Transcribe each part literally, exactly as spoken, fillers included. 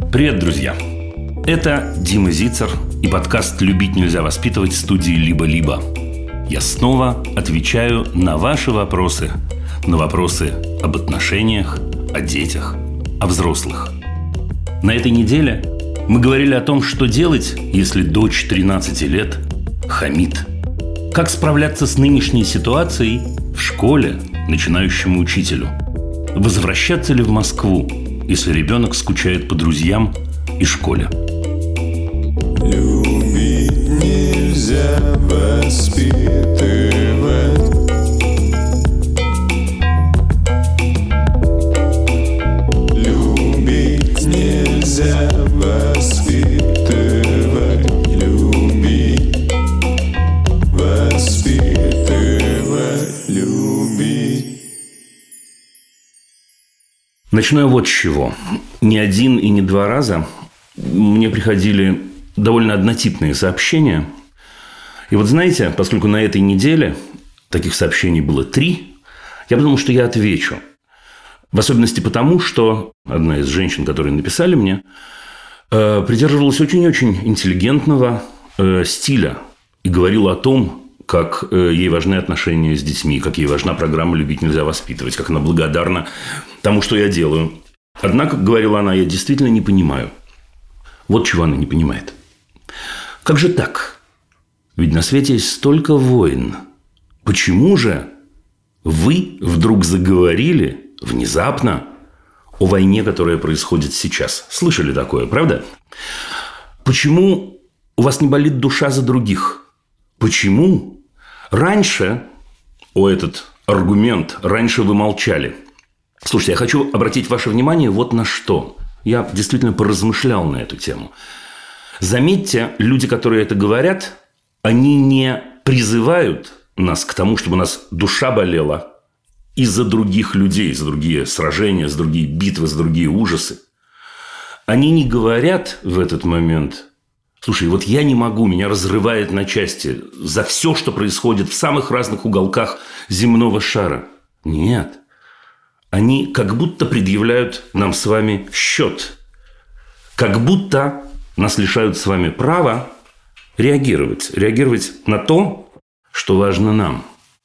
Привет, друзья! Это Дима Зицер и подкаст «Любить нельзя воспитывать» студии «Либо-либо». Я снова отвечаю на ваши вопросы. На вопросы об отношениях, о детях, о взрослых. На этой неделе мы говорили о том, что делать, если дочь тринадцати лет хамит. Как справляться с нынешней ситуацией в школе начинающему учителю. Возвращаться ли в Москву, если ребенок скучает по друзьям и школе. Любить нельзя воспитывать. Любить нельзя воспитывать. Любить, воспитывать, любить. Начну я вот с чего. Не один и не два раза мне приходили довольно однотипные сообщения. И вот знаете, поскольку на этой неделе таких сообщений было три, я подумал, что я отвечу. В особенности потому, что одна из женщин, которые написали мне, придерживалась очень-очень интеллигентного стиля и говорила о том, как ей важны отношения с детьми, как ей важна программа «Любить нельзя воспитывать», как она благодарна тому, что я делаю. Однако, говорила она, я действительно не понимаю. Вот чего она не понимает. Как же так? Ведь на свете есть столько войн. Почему же вы вдруг заговорили внезапно о войне, которая происходит сейчас? Слышали такое, правда? Почему у вас не болит душа за других? Почему? Раньше, о, этот аргумент, раньше вы молчали. Слушайте, я хочу обратить ваше внимание вот на что. Я действительно поразмышлял на эту тему. Заметьте, люди, которые это говорят, они не призывают нас к тому, чтобы у нас душа болела из-за других людей, за другие сражения, за другие битвы, за другие ужасы. Они не говорят в этот момент: слушай, вот я не могу, меня разрывает на части за все, что происходит в самых разных уголках земного шара. Нет. Они как будто предъявляют нам с вами счет. Как будто нас лишают с вами права реагировать. Реагировать на то, что важно нам.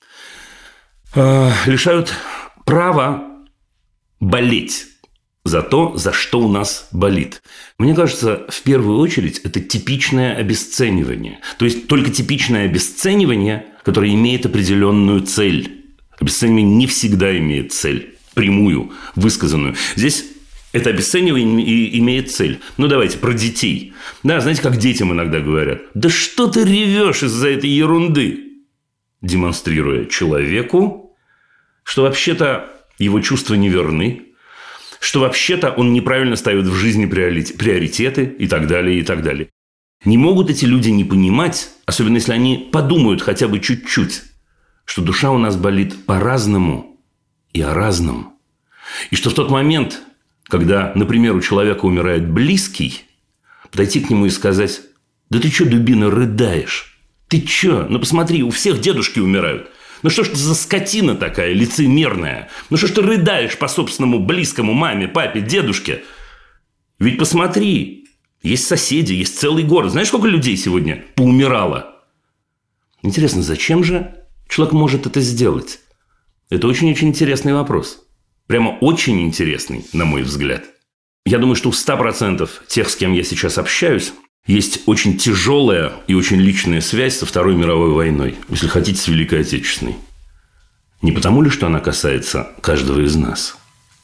Лишают права болеть за то, за что у нас болит. Мне кажется, в первую очередь, это типичное обесценивание. То есть, только типичное обесценивание, которое имеет определенную цель. Обесценивание не всегда имеет цель. Прямую, высказанную. Здесь это обесценивание и имеет цель. Ну, давайте, про детей. Да, знаете, как детям иногда говорят: да что ты ревешь из-за этой ерунды? Демонстрируя человеку, что вообще-то его чувства не верны, что вообще-то он неправильно ставит в жизни приоритеты и так далее, и так далее. Не могут эти люди не понимать, особенно если они подумают хотя бы чуть-чуть, что душа у нас болит по-разному и о разном. И что в тот момент, когда, например, у человека умирает близкий, подойти к нему и сказать: да ты что, дубина, рыдаешь? Ты что? Ну, посмотри, у всех дедушки умирают. Ну, что ж ты за скотина такая лицемерная? Ну, что ж ты рыдаешь по собственному близкому маме, папе, дедушке? Ведь посмотри, есть соседи, есть целый город. Знаешь, сколько людей сегодня поумирало? Интересно, зачем же человек может это сделать? Это очень-очень интересный вопрос. Прямо очень интересный, на мой взгляд. Я думаю, что у ста процентов тех, с кем я сейчас общаюсь, есть очень тяжелая и очень личная связь со Второй мировой войной, если хотите, с Великой Отечественной. Не потому ли, что она касается каждого из нас?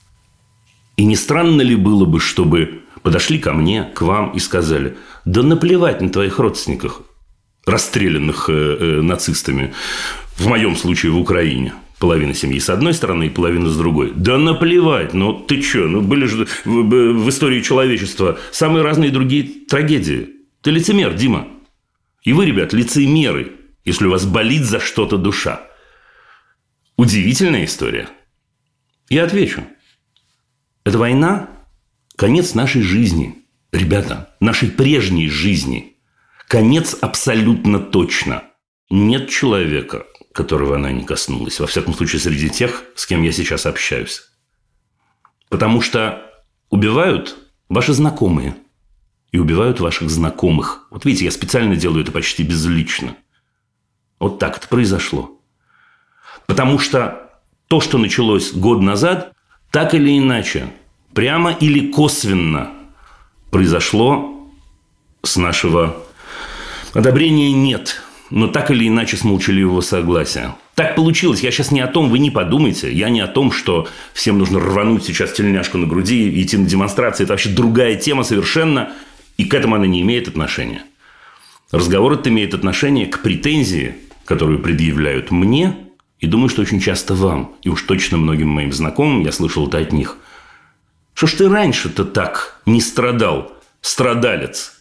И не странно ли было бы, чтобы подошли ко мне, к вам и сказали: да наплевать на твоих родственников, расстрелянных э, э, нацистами, в моем случае в Украине. Половина семьи с одной стороны и половина с другой. Да наплевать, ну ты что? Ну были же в, в истории человечества самые разные другие трагедии. Ты лицемер, Дима. И вы, ребят, лицемеры, если у вас болит за что-то душа. Удивительная история. Я отвечу. Эта война – конец нашей жизни. Ребята, нашей прежней жизни. Конец абсолютно точно. Нет человека, которого она не коснулась. Во всяком случае, среди тех, с кем я сейчас общаюсь. Потому что убивают ваши знакомые и убивают ваших знакомых. Вот видите, я специально делаю это почти безлично. Вот так это произошло. Потому что то, что началось год назад, так или иначе, прямо или косвенно произошло с нашего одобрения нет, но так или иначе с молчаливого согласия. Так получилось. Я сейчас не о том, вы не подумайте, я не о том, что всем нужно рвануть сейчас тельняшку на груди и идти на демонстрации. Это вообще другая тема совершенно, и к этому она не имеет отношения. Разговор этот имеет отношение к претензии, которую предъявляют мне, и думаю, что очень часто вам, и уж точно многим моим знакомым, я слышал это от них. Что ж ты раньше-то так не страдал, страдалец?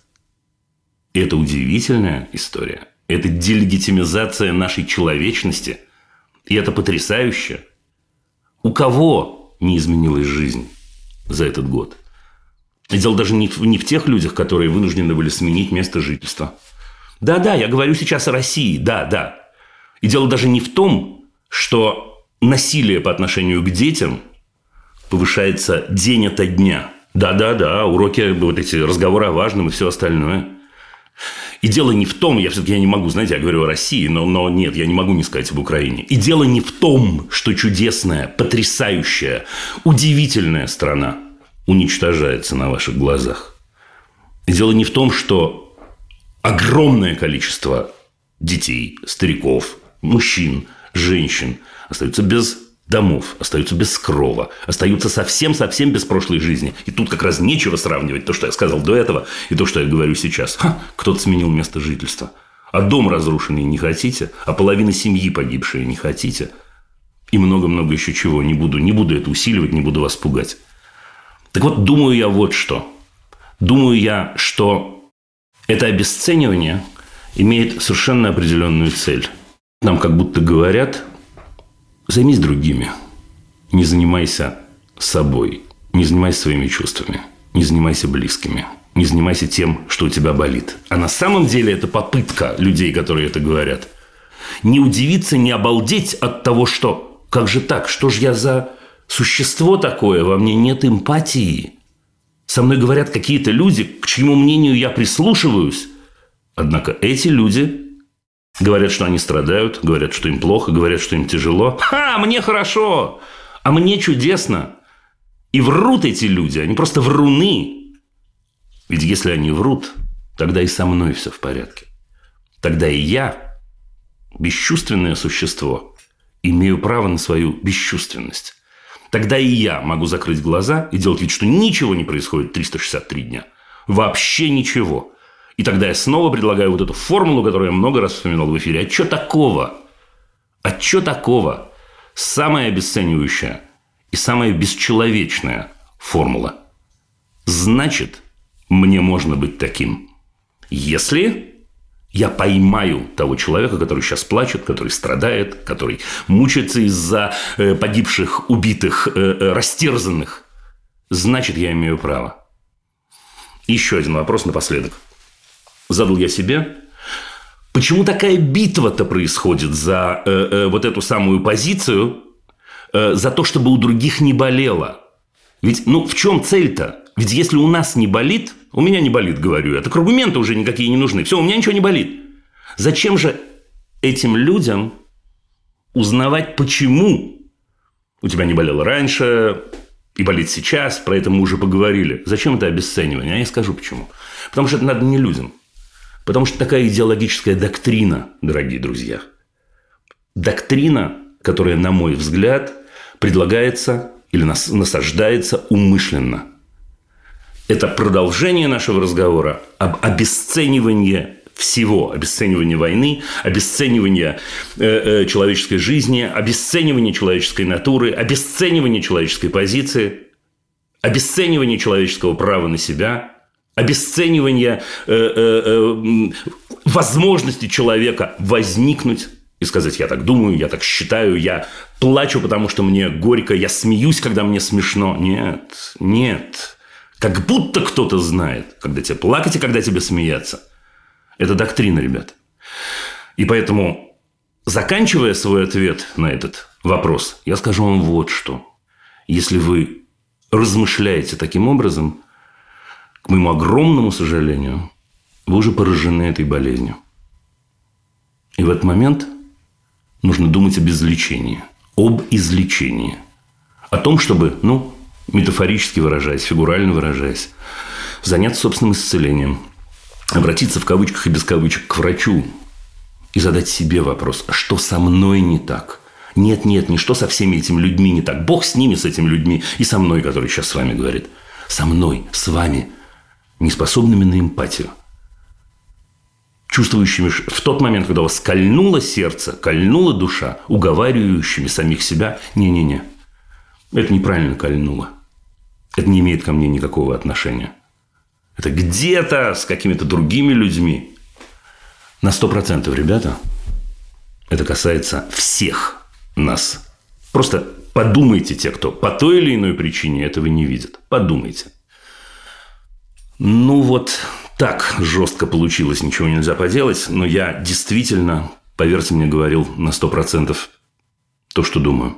И это удивительная история. Это делегитимизация нашей человечности. И это потрясающе. У кого не изменилась жизнь за этот год? И дело даже не в, не в тех людях, которые вынуждены были сменить место жительства. Да-да, я говорю сейчас о России. Да, да. И дело даже не в том, что насилие по отношению к детям повышается день ото дня. Да-да-да, уроки, вот эти разговоры о важном и все остальное. И дело не в том, я все-таки я не могу, знаете, я говорю о России, но, но нет, я не могу не сказать об Украине. И дело не в том, что чудесная, потрясающая, удивительная страна уничтожается на ваших глазах. И дело не в том, что огромное количество детей, стариков, мужчин, женщин остаются без домов, остаются без крова, остаются совсем-совсем без прошлой жизни. И тут как раз нечего сравнивать то, что я сказал до этого, и то, что я говорю сейчас. Ха, кто-то сменил место жительства. А дом разрушенный не хотите, а половина семьи погибшей не хотите. И много-много еще чего. Не буду, не буду это усиливать, не буду вас пугать. Так вот, думаю я вот что. Думаю я, что это обесценивание имеет совершенно определенную цель. Нам как будто говорят: займись другими, не занимайся собой, не занимайся своими чувствами, не занимайся близкими, не занимайся тем, что у тебя болит. А на самом деле это попытка людей, которые это говорят, не удивиться, не обалдеть от того, что как же так, что ж я за существо такое, во мне нет эмпатии. Со мной говорят какие-то люди, к чьему мнению я прислушиваюсь. Однако эти люди говорят, что они страдают, говорят, что им плохо, говорят, что им тяжело. Ха, мне хорошо, а мне чудесно. И врут эти люди, они просто вруны. Ведь если они врут, тогда и со мной все в порядке. Тогда и я, бесчувственное существо, имею право на свою бесчувственность. Тогда и я могу закрыть глаза и делать вид, что ничего не происходит триста шестьдесят три дня. Вообще ничего. И тогда я снова предлагаю вот эту формулу, которую я много раз вспоминал в эфире. А что такого? А что такого? Самая обесценивающая и самая бесчеловечная формула. Значит, мне можно быть таким, если я поймаю того человека, который сейчас плачет, который страдает, который мучается из-за э, погибших, убитых, э, э, растерзанных. Значит, я имею право. Еще один вопрос напоследок. Задал я себе. Почему такая битва-то происходит за э, э, вот эту самую позицию, э, за то, чтобы у других не болело? Ведь, ну, в чем цель-то? Ведь если у нас не болит, у меня не болит, говорю я, так аргументы уже никакие не нужны. Все, у меня ничего не болит. Зачем же этим людям узнавать, почему у тебя не болело раньше и болит сейчас? Про это мы уже поговорили. Зачем это обесценивание? А я скажу почему. Потому что это надо не людям. Потому что такая идеологическая доктрина, дорогие друзья. Доктрина, которая, на мой взгляд, предлагается или насаждается умышленно. Это продолжение нашего разговора об обесценивании всего. Обесценивание войны, обесценивание э, э, человеческой жизни, обесценивание человеческой натуры, обесценивание человеческой позиции, обесценивание человеческого права на себя, обесценивание э, э, э, возможности человека возникнуть и сказать: я так думаю, я так считаю, я плачу, потому что мне горько, я смеюсь, когда мне смешно. Нет, нет. Как будто кто-то знает, когда тебе плакать и когда тебе смеяться. Это доктрина, ребят. И поэтому, заканчивая свой ответ на этот вопрос, я скажу вам вот что. Если вы размышляете таким образом, к моему огромному сожалению, вы уже поражены этой болезнью. И в этот момент нужно думать об излечении, об излечении. О том, чтобы, ну, метафорически выражаясь, фигурально выражаясь, заняться собственным исцелением, обратиться в кавычках и без кавычек к врачу и задать себе вопрос, а что со мной не так? Нет, нет, не что со всеми этими людьми не так. Бог с ними, с этими людьми, и со мной, который сейчас с вами говорит. Со мной, с вами, неспособными на эмпатию. Чувствующими в тот момент, когда у вас кольнуло сердце, кольнула душа, уговаривающими самих себя, не-не-не, это неправильно кольнуло. Это не имеет ко мне никакого отношения. Это где-то с какими-то другими людьми. На сто процентов, ребята, это касается всех нас. Просто подумайте, те, кто по той или иной причине этого не видят. Подумайте. Ну вот так жестко получилось, ничего нельзя поделать. Но я действительно, поверьте мне, говорил на сто процентов то, что думаю.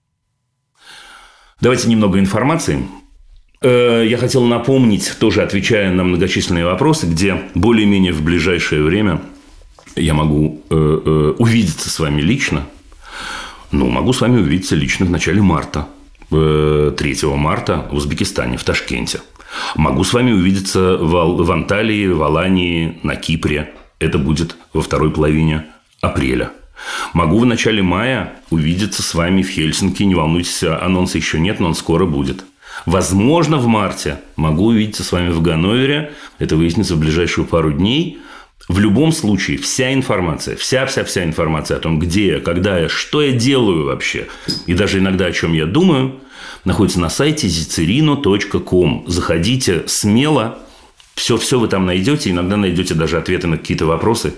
Давайте немного информации. Я хотел напомнить, тоже отвечая на многочисленные вопросы, где более-менее в ближайшее время я могу увидеться с вами лично. Ну, могу с вами увидеться лично в начале марта. третьего марта в Узбекистане, в Ташкенте. Могу с вами увидеться в Анталии, в Алании, на Кипре. Это будет во второй половине апреля. Могу в начале мая увидеться с вами в Хельсинки. Не волнуйтесь, анонса еще нет, но он скоро будет. Возможно, в марте могу увидеться с вами в Ганновере. Это выяснится в ближайшую пару дней. В любом случае, вся информация, вся-вся-вся информация о том, где я, когда я, что я делаю вообще, и даже иногда о чем я думаю, находится на сайте зицерino точка ком. Заходите смело. Все-все вы там найдете. Иногда найдете даже ответы на какие-то вопросы,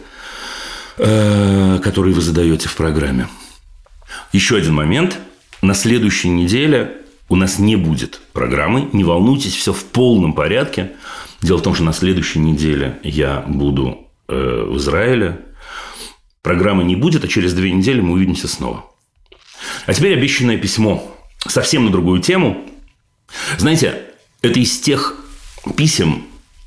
которые вы задаете в программе. Еще один момент. На следующей неделе у нас не будет программы. Не волнуйтесь, все в полном порядке. Дело в том, что на следующей неделе я буду э, в Израиле. Программы не будет, а через две недели мы увидимся снова. А теперь обещанное письмо. Совсем на другую тему. Знаете, это из тех писем,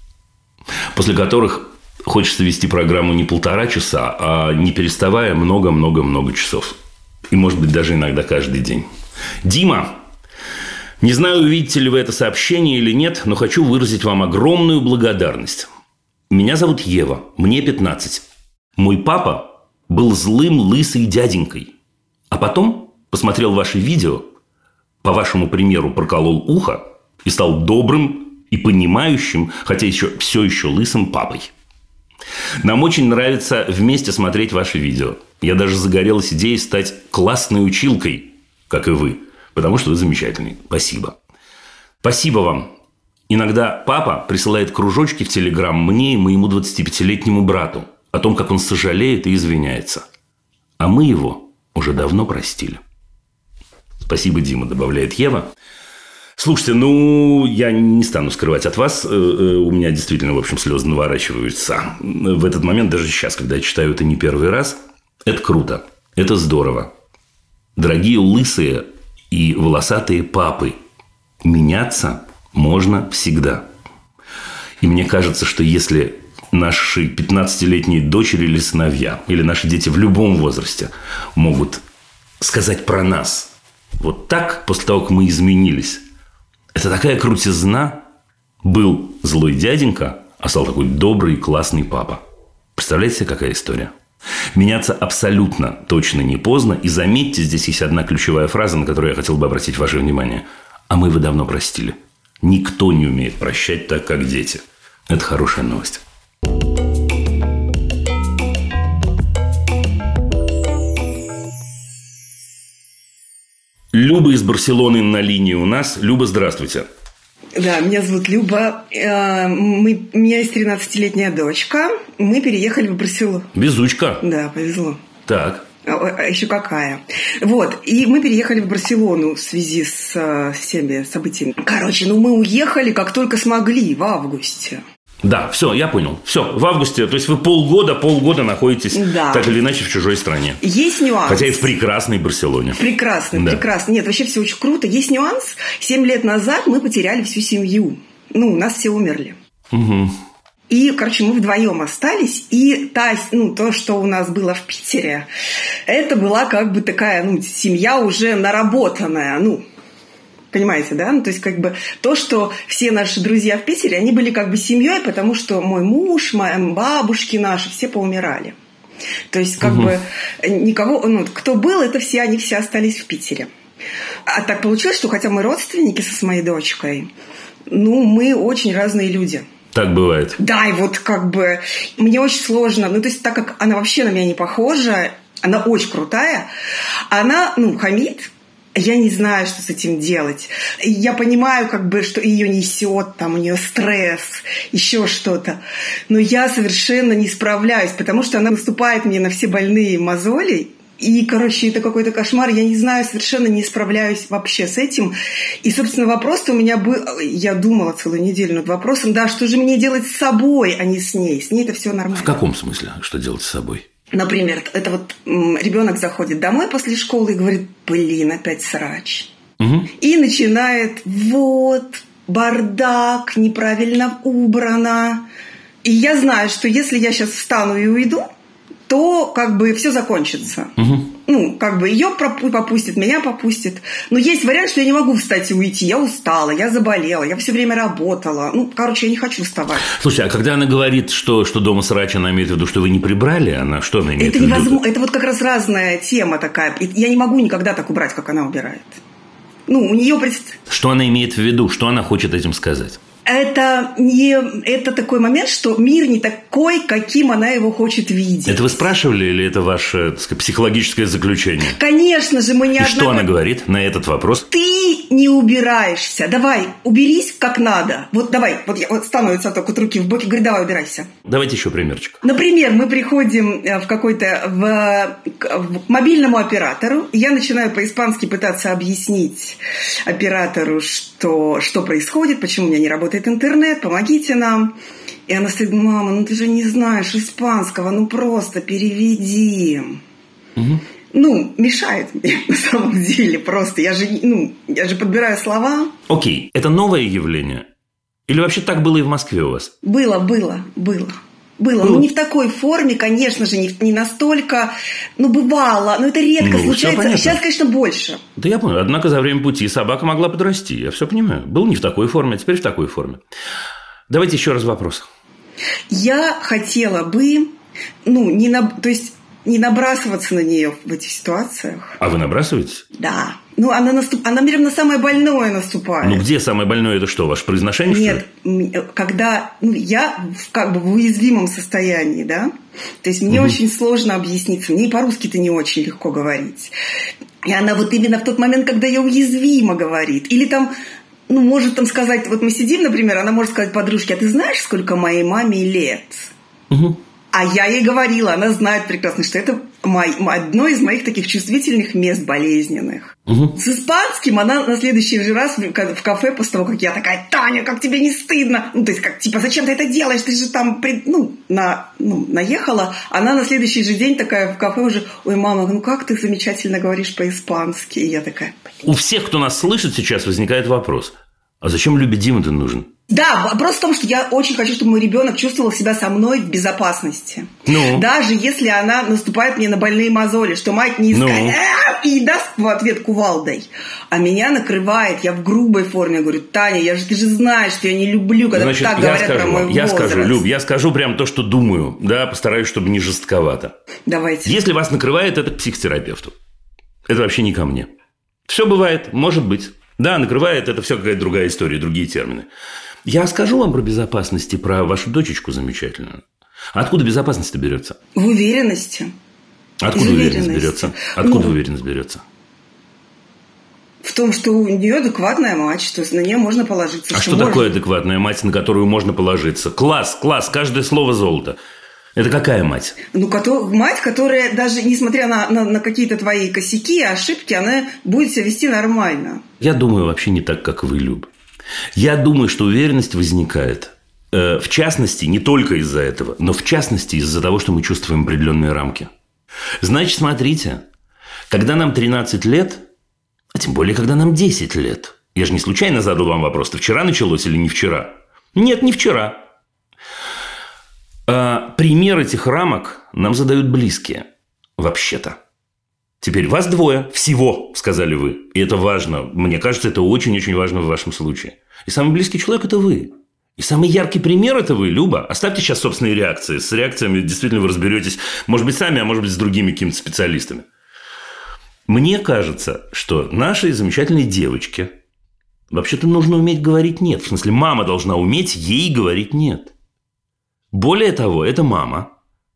после которых хочется вести программу не полтора часа, а не переставая много-много-много часов. И, может быть, даже иногда каждый день. Дима, не знаю, увидите ли вы это сообщение или нет, но хочу выразить вам огромную благодарность. Меня зовут Ева, мне пятнадцать. Мой папа был злым, лысый дяденькой. А потом посмотрел ваши видео, по вашему примеру проколол ухо и стал добрым и понимающим, хотя еще все еще лысым папой. Нам очень нравится вместе смотреть ваши видео. Я даже загорелась идеей стать классной училкой, как и вы, потому что вы замечательный. Спасибо. Спасибо вам. Иногда папа присылает кружочки в Телеграм мне и моему двадцатипятилетнему брату о том, как он сожалеет и извиняется. А мы его уже давно простили. Спасибо, Дима, добавляет Ева. Слушайте, ну, я не стану скрывать от вас. У меня действительно, в общем, слезы наворачиваются. В этот момент, даже сейчас, когда я читаю это не первый раз, это круто. Это здорово. Дорогие лысые и волосатые папы, меняться можно всегда. И мне кажется, что если наши пятнадцатилетние дочери или сыновья, или наши дети в любом возрасте могут сказать про нас вот так, после того, как мы изменились, это такая крутизна. Был злой дяденька, а стал такой добрый и классный папа. Представляете себе, какая история? Меняться абсолютно точно не поздно. И заметьте, здесь есть одна ключевая фраза, на которую я хотел бы обратить ваше внимание. А мы его давно простили. Никто не умеет прощать так, как дети. Это хорошая новость. Люба из Барселоны на линии у нас. Люба, здравствуйте. Да, меня зовут Люба. Мы, у меня есть тринадцатилетняя дочка. Мы переехали в Барселону. Везучка. Да, повезло. Так. А еще какая. Вот. И мы переехали в Барселону в связи с всеми событиями. Короче, ну мы уехали, как только смогли, в августе. Да, все, я понял. Все, в августе, то есть вы полгода, полгода находитесь, да, так или иначе в чужой стране. Есть нюанс. Хотя и в прекрасной Барселоне. Прекрасно, да. прекрасно. Нет, вообще все очень круто. Есть нюанс. Семь лет назад мы потеряли всю семью. Ну, у нас все умерли. Угу. И, короче, мы вдвоем остались, и та, ну, то, что у нас было в Питере, это была как бы такая, ну, семья уже наработанная, ну, понимаете, да? Ну, то есть, как бы, то, что все наши друзья в Питере, они были как бы семьей, потому что мой муж, мои бабушки наши, все поумирали. То есть, как угу. бы, никого, ну, кто был, это все, они все остались в Питере. А так получилось, что хотя мы родственники со моей дочкой, ну, мы очень разные люди. Так бывает. Да, и вот как бы мне очень сложно. Ну, то есть, так как она вообще на меня не похожа, она очень крутая, она, ну, хамит. Я не знаю, что с этим делать. Я понимаю, как бы, что ее несет, там у нее стресс, еще что-то. Но я совершенно не справляюсь, потому что она наступает мне на все больные мозоли. И, короче, это какой-то кошмар. Я не знаю, совершенно не справляюсь вообще с этим. И, собственно, вопрос-то у меня был... Я думала целую неделю над вопросом, да, что же мне делать с собой, а не с ней? С ней это все нормально. В каком смысле? Что делать с собой? Например, это вот ребенок заходит домой после школы и говорит, блин, опять срач. Угу. И начинает, вот, бардак, неправильно убрано. И я знаю, что если я сейчас встану и уйду, то как бы все закончится. Угу. Ну, как бы ее попустит, меня попустит. Но есть вариант, что я не могу встать и уйти. Я устала, я заболела, я все время работала. Ну, короче, я не хочу вставать. Слушай, а когда она говорит, что, что дома срач, она имеет в виду, что вы не прибрали, она что она имеет это в виду? Невозможно. Это вот как раз разная тема такая. Я не могу никогда так убрать, как она убирает. Ну, у нее... Что она имеет в виду? Что она хочет этим сказать? Это, не, это такой момент, что мир не такой, каким она его хочет видеть. Это вы спрашивали или это ваше, так сказать, психологическое заключение? Конечно же, мы не И одна... что она говорит на этот вопрос? Ты не убираешься. Давай, уберись как надо. Вот давай, вот я вот становится так вот руки в боки, говорит, давай, убирайся. Давайте еще примерчик. Например, мы приходим в какой-то в, в, к мобильному оператору, и я начинаю по-испански пытаться объяснить оператору, что, что происходит, почему у меня не работает интернет, помогите нам. И она стоит, мама, ну ты же не знаешь испанского, ну просто переведи. Угу. Ну, мешает мне на самом деле просто. Я же, ну, я же подбираю слова. Окей, это новое явление? Или вообще так было и в Москве у вас? Было, было, было. Было, было. Ну не в такой форме, конечно же, не, не настолько, ну бывало, но это редко ну, случается. Сейчас, конечно, больше. Да я понял, однако за время пути собака могла подрасти, я все понимаю. Был не в такой форме, а теперь в такой форме. Давайте еще раз вопрос. Я хотела бы, ну, не на, то есть не набрасываться на нее в этих ситуациях. А вы набрасываетесь? Да. Ну, она, наступ... она, наверное, на самое больное наступает. Ну, где самое больное? Это что, ваше произношение? Нет, когда ну, я в, как бы в уязвимом состоянии, да, то есть мне угу. очень сложно объясниться. Мне и по-русски-то не очень легко говорить. И она вот именно в тот момент, когда я уязвима, говорит. Или там, ну, может там сказать, вот мы сидим, например, она может сказать подружке, а ты знаешь, сколько моей маме лет? Угу. А я ей говорила, она знает прекрасно, что это мой, одно из моих таких чувствительных мест болезненных. Угу. С испанским она на следующий же раз в кафе, после того, как я такая, Таня, как тебе не стыдно? Ну, то есть, как, типа, зачем ты это делаешь? Ты же там, ну, на, ну, наехала. Она на следующий же день такая в кафе уже, ой, мама, ну как ты замечательно говоришь по-испански? И я такая, блин. У всех, кто нас слышит сейчас, возникает вопрос, а зачем Любе Дима-то нужен? Да, вопрос в том, что я очень хочу, чтобы мой ребенок чувствовал себя со мной в безопасности. Ну? Даже если она наступает мне на больные мозоли, что мать не ну? скажет и даст в ответ кувалдой. А меня накрывает, я в грубой форме говорю, Таня, я же, ты же знаешь, что я не люблю, когда Значит, так я говорят скажу, про мой я возраст. скажу, Люб, я скажу прям то, что думаю, да, постараюсь, чтобы не жестковато. Давайте. Если вас накрывает, это к психотерапевту. Это вообще не ко мне. Все бывает, может быть. Да, накрывает, это все какая-то другая история, другие термины. Я скажу вам про безопасность и про вашу дочечку замечательную. Откуда безопасность-то берется? В уверенности. Откуда уверенность берется? Откуда ну, уверенность берется? В том, что у нее адекватная мать, что на нее можно положиться. А что, что такое можно... адекватная мать, на которую можно положиться? Класс, класс, каждое слово золото. Это какая мать? Ну, мать, которая даже, несмотря на, на, на какие-то твои косяки, ошибки, она будет себя вести нормально. Я думаю, вообще не так, как вы, Люб. Я думаю, что уверенность возникает, э, в частности, не только из-за этого, но в частности из-за того, что мы чувствуем определенные рамки. Значит, смотрите, когда нам тринадцать лет, а тем более, когда нам десять лет, я же не случайно задал вам вопрос, то вчера началось или не вчера? Нет, не вчера. А пример этих рамок нам задают близкие, вообще-то. Теперь вас двое всего, сказали вы. И это важно. Мне кажется, это очень-очень важно в вашем случае. И самый близкий человек – это вы. И самый яркий пример – это вы, Люба. Оставьте сейчас собственные реакции. С реакциями действительно вы разберетесь, может быть, сами, а может быть, с другими какими-то специалистами. Мне кажется, что нашей замечательной девочке вообще-то нужно уметь говорить «нет». В смысле, мама должна уметь ей говорить «нет». Более того, эта мама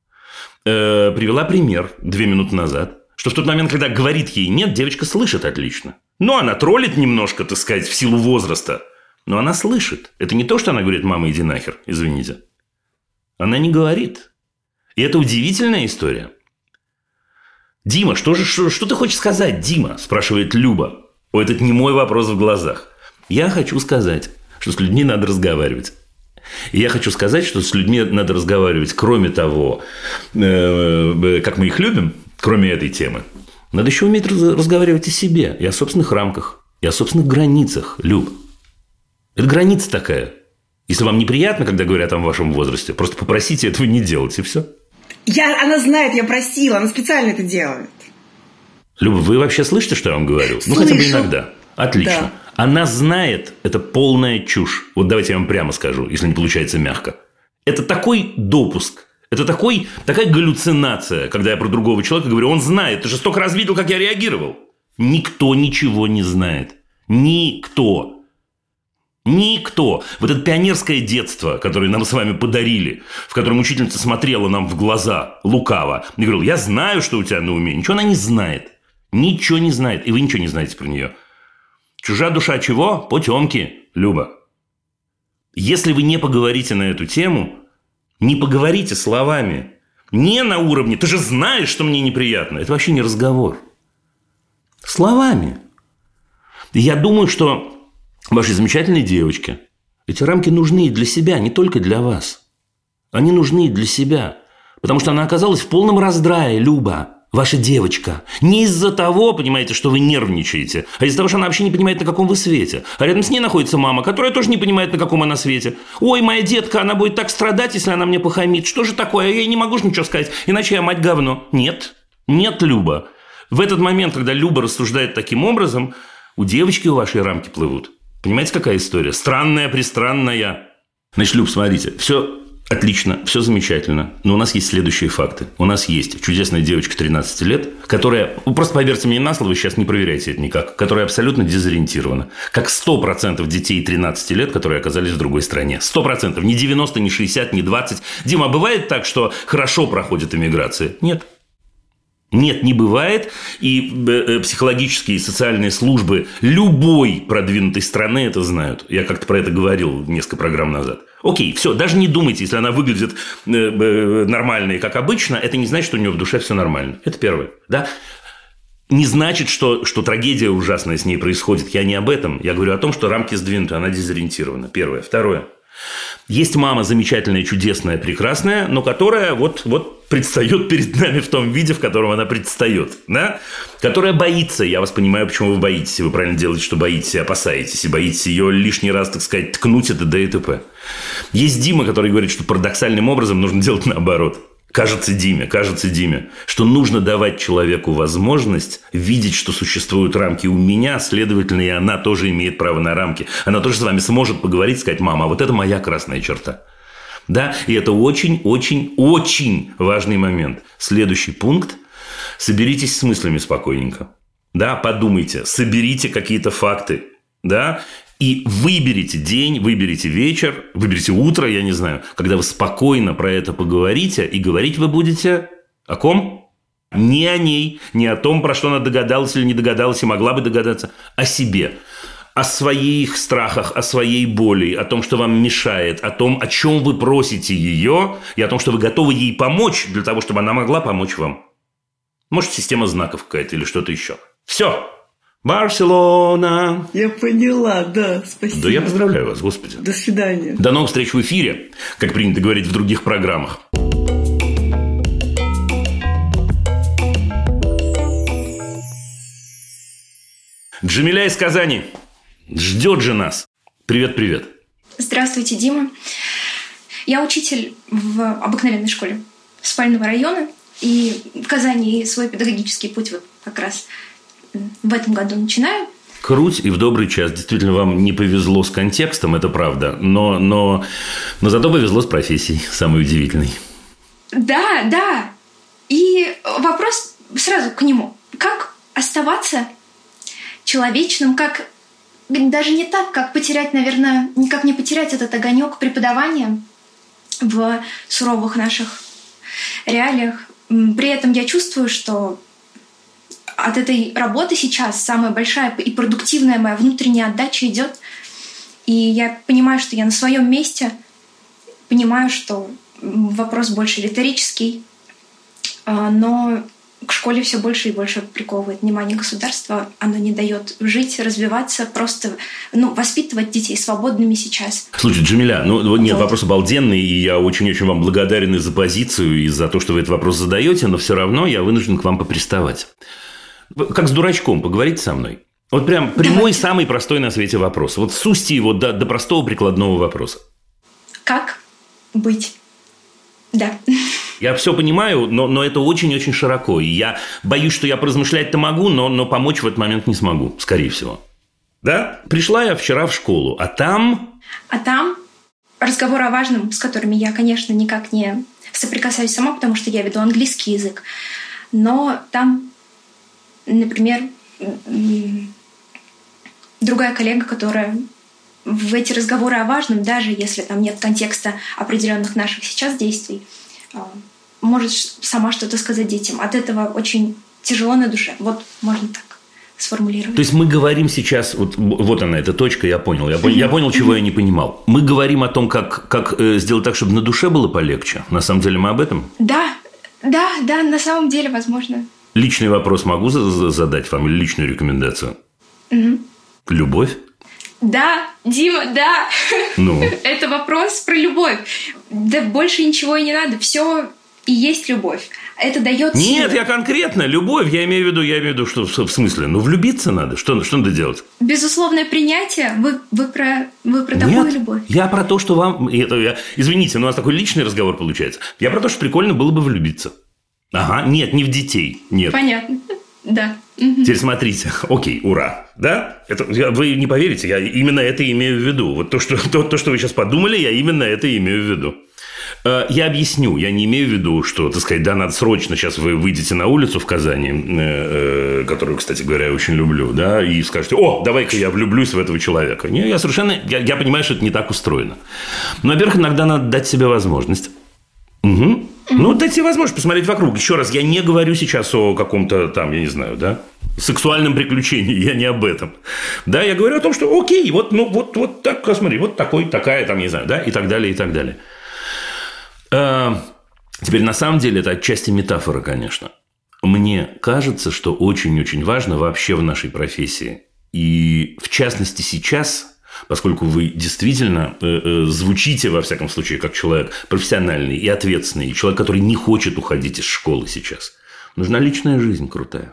э, привела пример две минуты назад, что в тот момент, когда говорит ей «нет», девочка слышит отлично. Ну, она троллит немножко, так сказать, в силу возраста, но она слышит. Это не то, что она говорит «мама, иди нахер», извините. Она не говорит. И это удивительная история. «Дима, что же, что, что ты хочешь сказать, Дима?» – спрашивает Люба. О, этот не мой вопрос в глазах. Я хочу сказать, что с людьми надо разговаривать. И я хочу сказать, что с людьми надо разговаривать, кроме того, э, как мы их любим, кроме этой темы, надо еще уметь разговаривать о себе, и о собственных рамках, и о собственных границах, Люб. Это граница такая. Если вам неприятно, когда говорят о вашем возрасте, просто попросите этого не делать, и все. Я, она знает, я просила, она специально это делает. Люба, вы вообще слышите, что я вам говорю? Слышу. Ну, хотя бы иногда. Отлично. Да. Она знает, это полная чушь. Вот давайте я вам прямо скажу, если не получается мягко. Это такой допуск, это такой, такая галлюцинация, когда я про другого человека говорю, он знает, ты же столько раз видел, как я реагировал. Никто ничего не знает. Никто. Никто. Вот это пионерское детство, которое нам с вами подарили, в котором учительница смотрела нам в глаза лукаво и говорила, я знаю, что у тебя на уме. Ничего она не знает. Ничего не знает. И вы ничего не знаете про нее. Чужая душа чего? Потемки, Люба. Если вы не поговорите на эту тему, не поговорите словами, не на уровне «ты же знаешь, что мне неприятно», это вообще не разговор. Словами. И я думаю, что вашей замечательной девочке эти рамки нужны и для себя, не только для вас. Они нужны и для себя. Потому что она оказалась в полном раздрае, Люба. Ваша девочка. Не из-за того, понимаете, что вы нервничаете, а из-за того, что она вообще не понимает, на каком вы свете. А рядом с ней находится мама, которая тоже не понимает, на каком она свете. Ой, моя детка, она будет так страдать, если она мне похамит. Что же такое? Я ей не могу же ничего сказать, иначе я мать говно. Нет. Нет, Люба. В этот момент, когда Люба рассуждает таким образом, у девочки у вашей рамки плывут. Понимаете, какая история? Странная, пристранная. Значит, Люб, смотрите, все отлично, все замечательно. Но у нас есть следующие факты. У нас есть чудесная девочка тринадцати лет, которая, вы просто поверьте мне на слово, сейчас не проверяйте это никак, которая абсолютно дезориентирована. Как сто процентов детей тринадцати лет, которые оказались в другой стране. сто процентов. Не девяносто, не шестьдесят, не двадцать. Дима, а бывает так, что хорошо проходит иммиграция? Нет. Нет, не бывает. И психологические и социальные службы любой продвинутой страны это знают. Я как-то про это говорил несколько программ назад. Окей, все, даже не думайте, если она выглядит нормально и как обычно, это не значит, что у нее в душе все нормально. Это первое. Да? Не значит, что, что трагедия ужасная с ней происходит. Я не об этом. Я говорю о том, что рамки сдвинуты, она дезориентирована. Первое. Второе. Есть мама замечательная, чудесная, прекрасная, но которая вот, вот предстает перед нами в том виде, в котором она предстает, да? Которая боится. Я вас понимаю, почему вы боитесь. Вы правильно делаете, что боитесь и опасаетесь. И боитесь ее лишний раз, так сказать, ткнуть это д и т.п. Есть Дима, который говорит, что парадоксальным образом нужно делать наоборот. Кажется Диме, кажется Диме, что нужно давать человеку возможность видеть, что существуют рамки у меня, следовательно, и она тоже имеет право на рамки. Она тоже с вами сможет поговорить, сказать, мама, а вот это моя красная черта. Да, и это очень-очень-очень важный момент. Следующий пункт. Соберитесь с мыслями спокойненько. Да, подумайте, соберите какие-то факты. Да, и выберите день, выберите вечер, выберите утро, я не знаю, когда вы спокойно про это поговорите, и говорить вы будете о ком? Не о ней, не о том, про что она догадалась или не догадалась и могла бы догадаться, о себе. О своих страхах, о своей боли, о том, что вам мешает, о том, о чем вы просите ее, и о том, что вы готовы ей помочь для того, чтобы она могла помочь вам. Может, система знаков какая-то или что-то еще. Все. Барселона. Я поняла, да, спасибо. Да я поздравляю вас, господи. До свидания. До новых встреч в эфире, как принято говорить в других программах. Джамиля из Казани ждет же нас. Привет-привет. Здравствуйте, Дима. Я учитель в обыкновенной школе спального района, и в Казани свой педагогический путь вот как раз в этом году начинаю. Круть и в добрый час. Действительно, вам не повезло с контекстом, это правда, но, но, но зато повезло с профессией, самой удивительной. Да, да. И вопрос сразу к нему. Как оставаться человечным, как даже не так, как потерять, наверное, никак не потерять этот огонек преподавания в суровых наших реалиях. При этом я чувствую, что от этой работы сейчас самая большая и продуктивная моя внутренняя отдача идет. И я понимаю, что я на своем месте, понимаю, что вопрос больше риторический, но к школе все больше и больше приковывает внимание государства. Оно не дает жить, развиваться, просто ну, воспитывать детей свободными сейчас. Слушай, Джамиля, ну нет, вот. Вопрос обалденный, и я очень-очень вам благодарен и за позицию, и за то, что вы этот вопрос задаете, но все равно я вынужден к вам поприставать. Как с дурачком, поговорите со мной. Вот прям прямой, Давайте. Самый простой на свете вопрос. Вот сусти его до, до простого прикладного вопроса. Как быть? Да. Я все понимаю, но, но это очень-очень широко. И я боюсь, что я поразмышлять-то могу, но, но помочь в этот момент не смогу, скорее всего. Да? Пришла я вчера в школу, а там... А там разговоры о важном, с которыми я, конечно, никак не соприкасаюсь сама, потому что я веду английский язык. Но там, например, другая коллега, которая в эти разговоры о важном, даже если там нет контекста определенных наших сейчас действий, может сама что-то сказать детям. От этого очень тяжело на душе. Вот можно так сформулировать. То есть мы говорим сейчас, вот, вот она, эта точка, я понял. Я, я понял, чего я не понимал. Мы говорим о том, как, как э, сделать так, чтобы на душе было полегче. На самом деле мы об этом? Да, да, да, на самом деле, возможно. Личный вопрос могу задать вам или личную рекомендацию? Угу. Любовь? Да, Дима, да. Ну? Это вопрос про любовь. Да больше ничего и не надо. Все и есть любовь. Это дает силу. Нет, я конкретно. Любовь, я имею в виду, я имею в виду, что в смысле? Ну, влюбиться надо. Что, что надо делать? Безусловное принятие. Вы, вы про, вы про такую Нет, любовь. Я про то, что вам... Это, я, извините, но у нас такой личный разговор получается. Я про то, что прикольно было бы влюбиться. Ага, нет, не в детей. Нет. Понятно. Да. Теперь смотрите, окей, ура, да? Это, вы не поверите, я именно это имею в виду. Вот то что, то, то, что вы сейчас подумали, я именно это имею в виду. Я объясню, я не имею в виду, что, так сказать, да, надо срочно, сейчас вы выйдете на улицу в Казани, которую, кстати говоря, я очень люблю, да, и скажете, о, давай-ка я влюблюсь в этого человека. Не, я совершенно, я, я понимаю, что это не так устроено. Но, во-первых, иногда надо дать себе возможность. Угу. Ну, дайте себе возможность посмотреть вокруг. Еще раз, я не говорю сейчас о каком-то там, я не знаю, да, сексуальном приключении. Я не об этом. Да, я говорю о том, что окей, вот, ну, вот, вот так, смотри, вот такой, такая, там, не знаю, да, и так далее, и так далее. А, теперь, на самом деле, это отчасти метафора, конечно. Мне кажется, что очень-очень важно вообще в нашей профессии. И, в частности, сейчас... Поскольку вы действительно э, э, звучите, во всяком случае, как человек профессиональный и ответственный, и человек, который не хочет уходить из школы сейчас. Нужна личная жизнь крутая.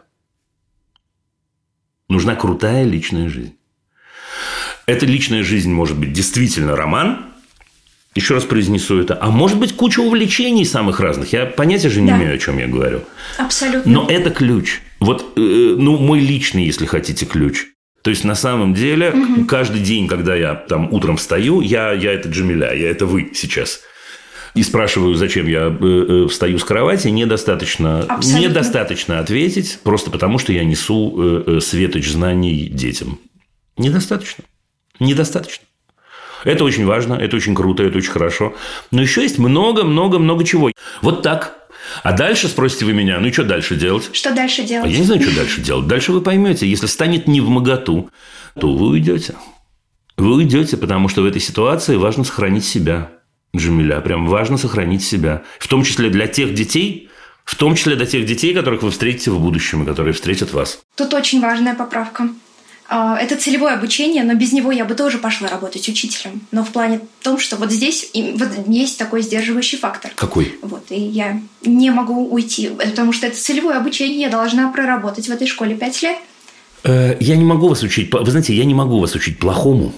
Нужна крутая личная жизнь. Эта личная жизнь может быть действительно роман. Еще раз произнесу это. А может быть, куча увлечений самых разных. Я понятия же не да. имею, о чем я говорю. Абсолютно. Но это ключ. Вот, э, ну, мой личный, если хотите, ключ. То есть, на самом деле, угу. каждый день, когда я там утром встаю, я, я это Джамиля, я это вы сейчас. И спрашиваю, зачем я э, э, встаю с кровати, недостаточно, недостаточно ответить, просто потому, что я несу э, э, светоч знаний детям. Недостаточно. Недостаточно. Это очень важно, это очень круто, это очень хорошо. Но еще есть много-много-много чего. Вот так. А дальше спросите вы меня, ну и что дальше делать? Что дальше делать? А я не знаю, что дальше делать. Дальше вы поймете, если станет невмоготу, то вы уйдете. Вы уйдете, потому что в этой ситуации важно сохранить себя, Джамиля. Прям важно сохранить себя. В том числе для тех детей, в том числе для тех детей, которых вы встретите в будущем и которые встретят вас. Тут очень важная поправка. Это целевое обучение, но без него я бы тоже пошла работать учителем. Но в плане том, что вот здесь вот есть такой сдерживающий фактор. Какой? Вот, и я не могу уйти, потому что это целевое обучение, я должна проработать в этой школе пять лет. Я не могу вас учить, вы знаете, я не могу вас учить плохому.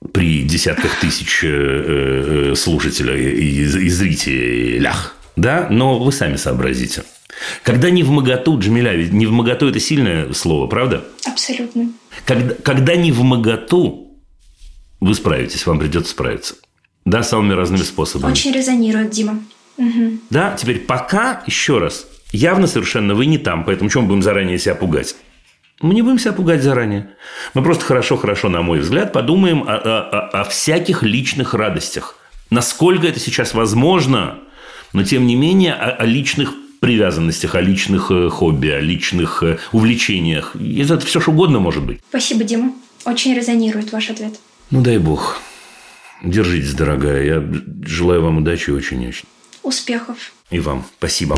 при десятках тысяч слушателей и зрителях. Да? Но вы сами сообразите. Когда не вмоготу, Джамиля, ведь не вмоготу – это сильное слово, правда? Абсолютно. Когда, когда не вмоготу, вы справитесь, вам придется справиться. Да, самыми разными способами. Очень резонирует, Дима. Угу. Да, теперь пока, еще раз, явно совершенно вы не там, поэтому чем мы будем заранее себя пугать? Мы не будем себя пугать заранее. Мы просто хорошо-хорошо, на мой взгляд, подумаем о, о, о всяких личных радостях. Насколько это сейчас возможно, но тем не менее о, о личных привязанностях, о личных хобби, о личных увлечениях. Это все что угодно может быть. Спасибо, Дима. Очень резонирует ваш ответ. Ну, дай бог. Держитесь, дорогая. Я желаю вам удачи очень-очень. Успехов. И вам. Спасибо.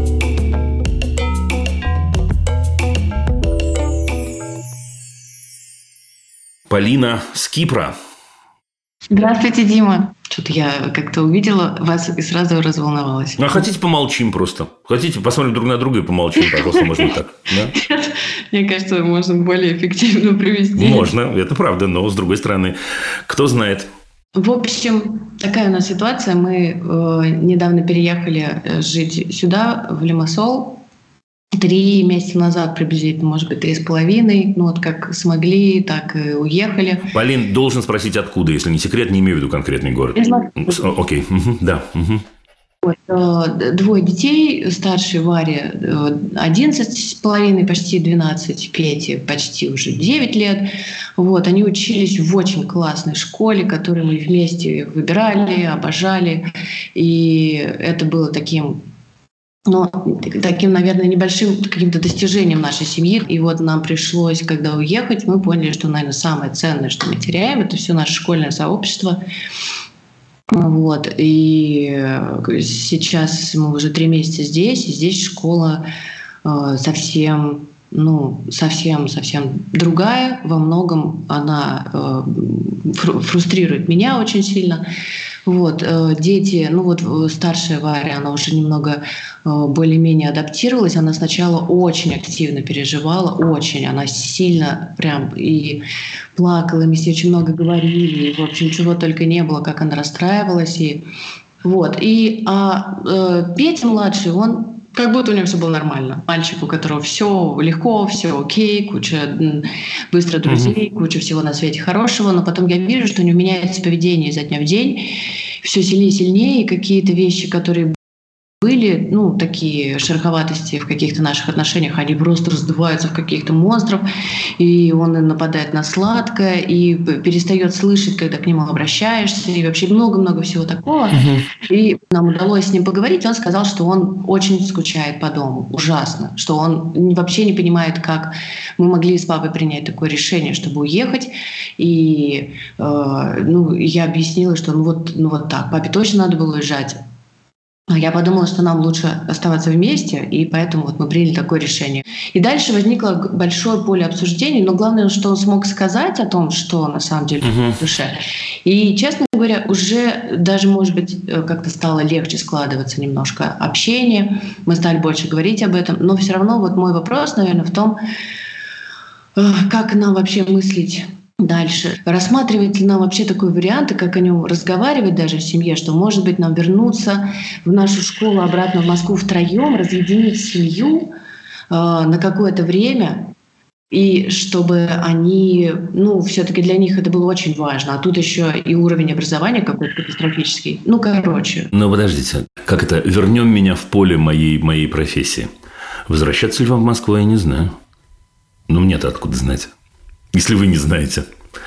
Полина с Кипра. Здравствуйте, Дима. Что-то я как-то увидела вас и сразу разволновалась. А хотите, помолчим просто? Хотите, посмотрим друг на друга и помолчим, пожалуйста, можно так. Да? Мне кажется, можно более эффективно привести. Можно, это правда, но с другой стороны, кто знает. В общем, такая у нас ситуация. Мы э, недавно переехали жить сюда, в Лимассол. Три месяца назад приблизительно, может быть, три с половиной. Ну, вот как смогли, так и уехали. Полин, должен спросить, откуда, если не секрет, не имею в виду конкретный город. Окей, угу. Да. Угу. Вот, двое детей, старший Варе одиннадцать с половиной, почти двенадцать, Пете почти уже девять лет. Вот, они учились в очень классной школе, которую мы вместе выбирали, обожали. И это было таким... Но таким, наверное, небольшим каким-то достижением нашей семьи. И вот нам пришлось, когда уехать, мы поняли, что, наверное, самое ценное, что мы теряем, это все наше школьное сообщество. Вот. И сейчас мы уже три месяца здесь, и здесь школа э, совсем, ну, совсем, совсем другая. Во многом она э, фрустрирует меня очень сильно. Вот, э, дети, ну вот старшая Варя, она уже немного э, более-менее адаптировалась. Она сначала очень активно переживала, очень. Она сильно прям и плакала, и мы с ней очень много говорили. И, в общем, чего только не было, как она расстраивалась. И, вот. И, а э, Петя младший, он как будто у него все было нормально. Мальчик, у которого все легко, все окей, куча быстро друзей, mm-hmm. куча всего на свете хорошего. Но потом я вижу, что у него меняется поведение изо дня в день. Все сильнее и сильнее. И какие-то вещи, которые были, ну, такие шероховатости в каких-то наших отношениях, они просто раздуваются в каких-то монстров. И он нападает на сладкое, и перестает слышать, когда к нему обращаешься. И вообще много-много всего такого. Uh-huh. И нам удалось с ним поговорить. Он сказал, что он очень скучает по дому. Ужасно. Что он вообще не понимает, как мы могли с папой принять такое решение, чтобы уехать. И э, ну, я объяснила, что ну вот, ну вот так. Папе точно надо было уезжать. Я подумала, что нам лучше оставаться вместе, и поэтому вот мы приняли такое решение. И дальше возникло большое поле обсуждений, но главное, что он смог сказать о том, что на самом деле uh-huh. в душе. И, честно говоря, уже даже, может быть, как-то стало легче складываться немножко общение, мы стали больше говорить об этом, но все равно вот мой вопрос, наверное, в том, как нам вообще мыслить дальше. Рассматривает ли нам вообще такой вариант, и как о нем разговаривать даже в семье, что, может быть, нам вернуться в нашу школу обратно в Москву втроем, разъединить семью э, на какое-то время, и чтобы они, ну, все-таки для них это было очень важно. А тут еще и уровень образования какой-то катастрофический. Ну, короче. Но подождите, как это? Вернем меня в поле моей, моей профессии. Возвращаться ли вам в Москву, я не знаю. Но мне-то откуда знать? Если вы не знаете.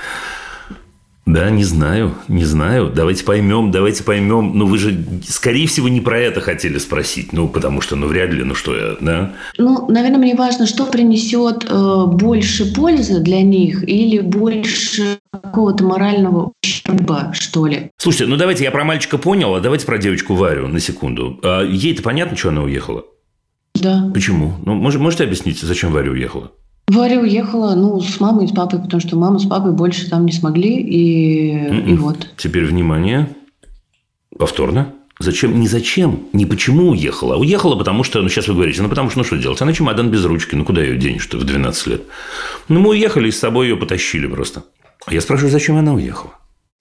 Да, не знаю, не знаю. Давайте поймем, давайте поймем. Ну, вы же, скорее всего, не про это хотели спросить. Ну, потому что, ну, вряд ли, ну, что я, да? Ну, наверное, мне важно, что принесет э, больше пользы для них или больше какого-то морального ущерба, что ли. Слушайте, ну, давайте, я про мальчика понял, а давайте про девочку Варю на секунду. А ей-то понятно, что она уехала? Да. Почему? Ну, может, можете объяснить, зачем Варя уехала? Варя уехала, ну, с мамой и с папой, потому что мама с папой больше там не смогли, и, и вот. Теперь внимание. Повторно. Зачем? Не зачем, не почему уехала. А уехала, потому что, ну, сейчас вы говорите, ну, потому что, ну, что делать? Она чемодан без ручки, ну, куда ее денешь, что в двенадцать лет? Ну, мы уехали, и с собой ее потащили просто. А я спрашиваю, зачем она уехала?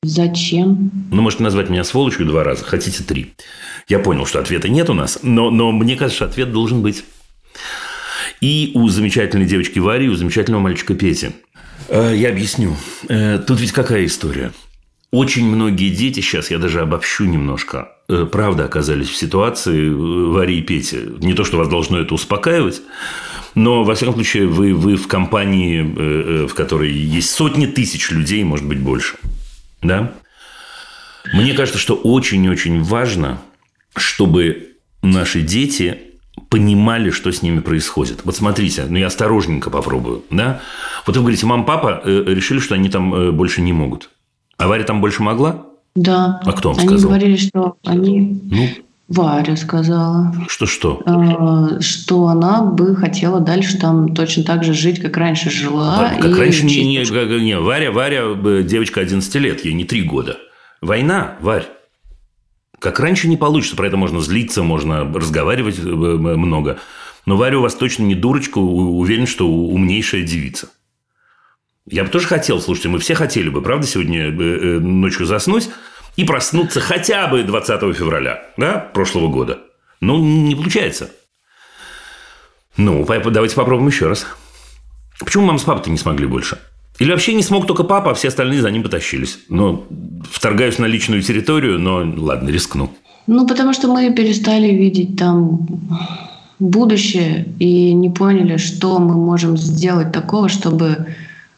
Зачем? Ну, можете назвать меня сволочью два раза, хотите три. Я понял, что ответа нет у нас, но, но мне кажется, что ответ должен быть. И у замечательной девочки Вари, и у замечательного мальчика Пети. Я объясню. Тут ведь какая история? Очень многие дети, сейчас я даже обобщу немножко, правда оказались в ситуации Вари и Пети. Не то, что вас должно это успокаивать, но, во всяком случае, вы, вы в компании, в которой есть сотни тысяч людей, может быть, больше. Да? Мне кажется, что очень-очень важно, чтобы наши дети понимали, что с ними происходит. Вот смотрите, ну я осторожненько попробую. Да? Вот вы говорите, мама, папа решили, что они там больше не могут. А Варя там больше могла? Да. А кто вам они сказал? Они говорили, что они... Ну? Варя сказала. Что-что? Э, что она бы хотела дальше там точно так же жить, как раньше жила. Как и раньше? Не, не, не, Варя, Варя, девочка одиннадцати лет, ей не три года. Война, Варь. Как раньше не получится. Про это можно злиться, можно разговаривать много. Но Варя у вас точно не дурочка, уверен, что умнейшая девица. Я бы тоже хотел, слушайте, мы все хотели бы, правда, сегодня ночью заснуть и проснуться хотя бы двадцатого февраля, да, прошлого года. Ну, не получается. Ну, давайте попробуем еще раз. Почему мама с папой-то не смогли больше? Или вообще не смог только папа, а все остальные за ним потащились? Ну, вторгаюсь на личную территорию, но ладно, рискну. Ну, потому что мы перестали видеть там будущее и не поняли, что мы можем сделать такого, чтобы,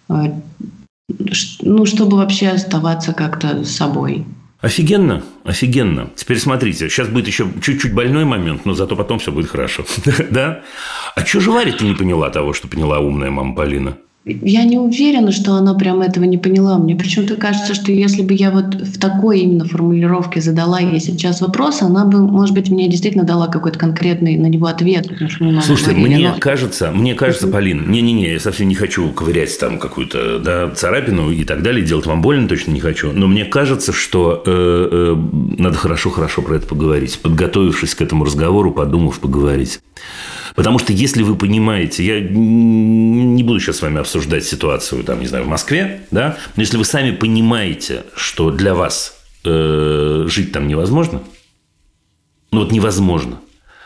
ну, чтобы вообще оставаться как-то собой. Офигенно, офигенно. Теперь смотрите, сейчас будет еще чуть-чуть больной момент, но зато потом все будет хорошо. Да? А что же Варя-то не поняла того, что поняла умная мама Полина? Я не уверена, что она прям этого не поняла. Мне почему-то кажется, что если бы я вот в такой именно формулировке задала ей сейчас вопрос, она бы, может быть, мне действительно дала какой-то конкретный на него ответ. Слушайте, мне но... кажется, мне кажется, Полин, не-не-не, я совсем не хочу ковырять там какую-то, да, царапину и так далее, делать вам больно точно не хочу, но мне кажется, что э, э, надо хорошо-хорошо про это поговорить, подготовившись к этому разговору, подумав, поговорить. Потому что если вы понимаете, я не буду сейчас с вами обсуждать ситуацию, там, не знаю, в Москве, да, но если вы сами понимаете, что для вас э, жить там невозможно, ну вот невозможно,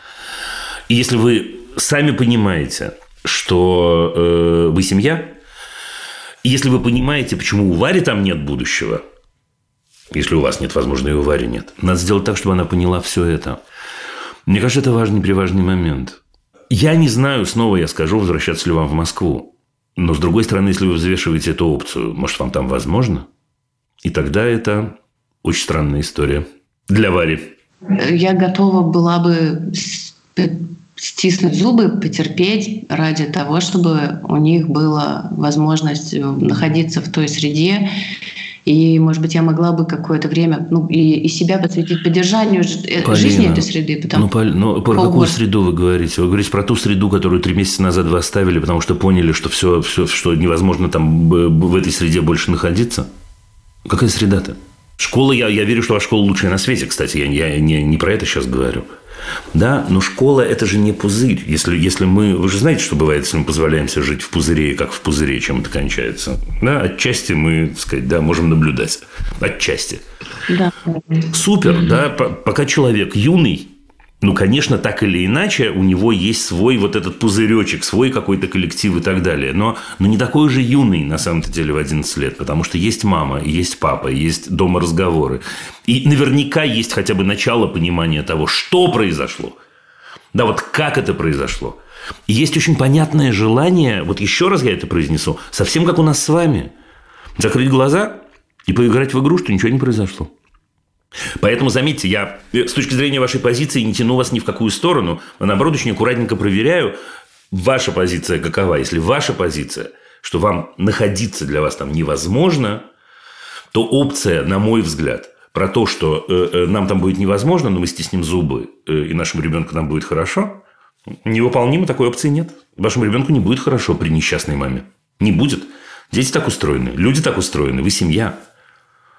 и если вы сами понимаете, что э, вы семья, и если вы понимаете, почему у Вари там нет будущего, если у вас нет, возможно, и у Вари нет, надо сделать так, чтобы она поняла все это. Мне кажется, это важный, приважный момент. Я не знаю, снова я скажу, возвращаться ли вам в Москву. Но, с другой стороны, если вы взвешиваете эту опцию, может, вам там возможно? И тогда это очень странная история для Вари. Я готова была бы стиснуть зубы, потерпеть ради того, чтобы у них была возможность находиться в той среде. И, может быть, я могла бы какое-то время ну, и, и себя посвятить поддержанию Полина, жизни этой среды. Потому... Ну, Поль... ну, про Полгода. Какую среду вы говорите? Вы говорите про ту среду, которую три месяца назад вы оставили, потому что поняли, что все, все, что невозможно там в этой среде больше находиться? Какая среда-то? Школа, я, я верю, что ваша школа лучшая на свете, кстати. Я, я не, не про это сейчас говорю. Да, но школа – это же не пузырь. Если, если мы… Вы же знаете, что бывает, если мы позволяем себе жить в пузыре, как в пузыре, чем это кончается. Да, отчасти мы, так сказать, да, можем наблюдать. Отчасти. Да. Супер, mm-hmm. да. Пока человек юный, ну, конечно, так или иначе, у него есть свой вот этот пузыречек, свой какой-то коллектив и так далее. Но, но не такой же юный, на самом-то деле, в одиннадцать лет. Потому что есть мама, есть папа, есть дома разговоры. И наверняка есть хотя бы начало понимания того, что произошло. Да, вот как это произошло. И есть очень понятное желание, вот еще раз я это произнесу, совсем как у нас с вами. Закрыть глаза и поиграть в игру, что ничего не произошло. Поэтому, заметьте, я с точки зрения вашей позиции не тяну вас ни в какую сторону, а наоборот, очень аккуратненько проверяю, ваша позиция какова. Если ваша позиция, что вам находиться для вас там невозможно, то опция, на мой взгляд, про то, что э, нам там будет невозможно, но мы стиснем зубы, э, и нашему ребенку нам будет хорошо, невыполнимо, такой опции нет. Вашему ребенку не будет хорошо при несчастной маме. Не будет. Дети так устроены, люди так устроены, вы семья. Теперь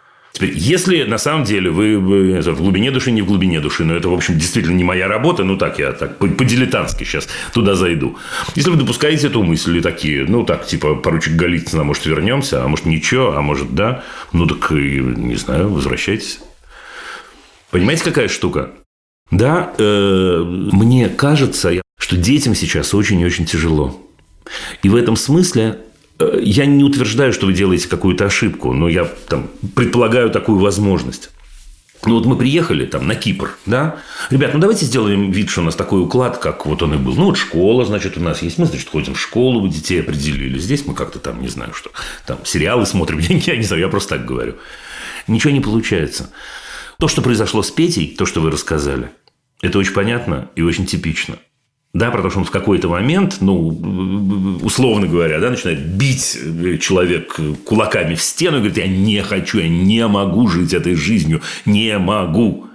Теперь, если на самом деле вы в глубине души, не в глубине души, но это, в общем, действительно не моя работа, ну так, я так по-дилетантски сейчас туда зайду. Если вы допускаете эту мысль и такие, ну так, типа, поручик Голицын, а может, вернемся, а может, ничего, а может, да, ну так, не знаю, возвращайтесь. Понимаете, какая штука? Да, э, мне кажется, что детям сейчас очень и очень тяжело. И в этом смысле э, я не утверждаю, что вы делаете какую-то ошибку, но я там предполагаю такую возможность. Ну, вот мы приехали там на Кипр, да? Ребят, ну, давайте сделаем вид, что у нас такой уклад, как вот он и был. Ну, вот школа, значит, у нас есть. Мы, значит, ходим в школу, вы детей определили. Здесь мы как-то там, не знаю, что, там сериалы смотрим. Я, я не знаю, я просто так говорю. Ничего не получается. То, что произошло с Петей, то, что вы рассказали, это очень понятно и очень типично. Да, потому что он в какой-то момент, ну, условно говоря, да, начинает бить человек кулаками в стену и говорит, я не хочу, я не могу жить этой жизнью, не могу.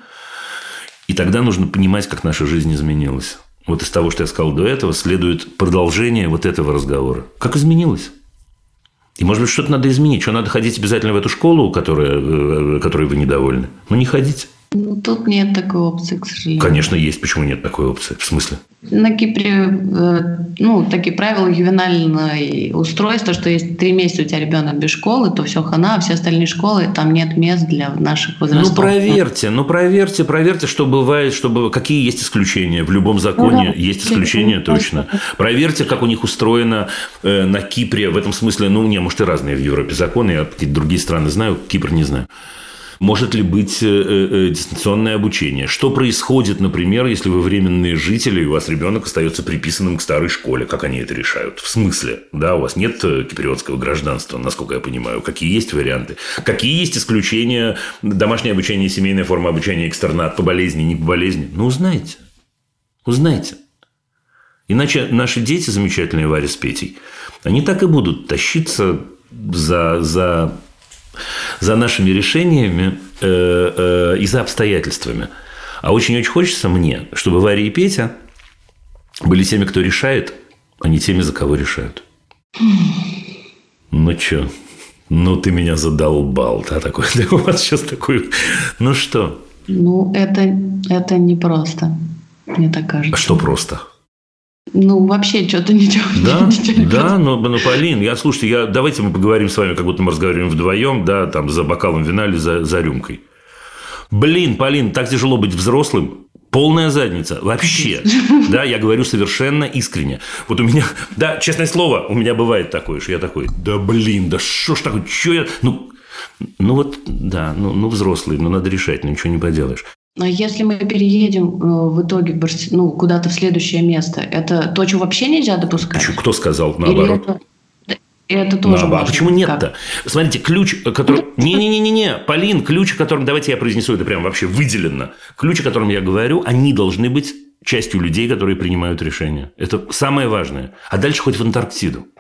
И тогда нужно понимать, как наша жизнь изменилась. Вот из того, что я сказал до этого, следует продолжение вот этого разговора. Как изменилась? И, может быть, что-то надо изменить. Что, надо ходить обязательно в эту школу, которая, которой вы недовольны? Ну, не ходите. Ну, тут нет такой опции, к сожалению. Конечно, есть. Почему нет такой опции? В смысле? На Кипре, ну, такие правила ювенального устройства, что если три месяца у тебя ребенок без школы, то все хана, а все остальные школы, там нет мест для наших возрастов. Ну, проверьте, ну, проверьте, проверьте, что бывает, чтобы... какие есть исключения. В любом законе ну, да. есть исключения, точно. Проверьте, как у них устроено э, на Кипре. В этом смысле, ну, не, может, и разные в Европе законы. Я какие-то другие страны знаю, Кипр не знаю. Может ли быть дистанционное обучение? Что происходит, например, если вы временные жители, и у вас ребенок остается приписанным к старой школе? Как они это решают? В смысле? Да, у вас нет киприотского гражданства, насколько я понимаю. Какие есть варианты? Какие есть исключения? Домашнее обучение, семейная форма обучения, экстернат, по болезни, не по болезни? Ну, узнайте. Узнайте. Иначе наши дети, замечательные Варя с Петей, они так и будут тащиться за... за за нашими решениями э, э, и за обстоятельствами. А очень-очень хочется мне, чтобы Варя и Петя были теми, кто решает, а не теми, за кого решают. Ну, чё? Ну, ты меня задолбал. Да, такой, да, у вас сейчас такой... Ну, что? Ну, это, это непросто, мне так кажется. А что просто? Ну, вообще, что-то ничего. Да, ничего да, но, но, Полин, я, слушайте, я, давайте мы поговорим с вами, как будто мы разговариваем вдвоем, да, там, за бокалом вина или за, за рюмкой. Блин, Полин, так тяжело быть взрослым. Полная задница. Вообще. Да, я говорю совершенно искренне. Вот у меня, да, честное слово, у меня бывает такое, что я такой, да блин, да что ж такое, что я... Ну, ну вот, да, ну, ну взрослый, ну надо решать, ну ничего не поделаешь. Но если мы переедем в итоге в Барс... ну, куда-то в следующее место, это то, чего вообще нельзя допускать? Почему? Кто сказал наоборот? Или это, это тоже наоборот. А почему нет-то? Как? Смотрите, ключ, который... Не-не-не-не, Полин, ключ, которым... Давайте я произнесу это прям вообще выделенно. Ключ, о котором я говорю, они должны быть частью людей, которые принимают решения. Это самое важное. А дальше хоть в Антарктиду.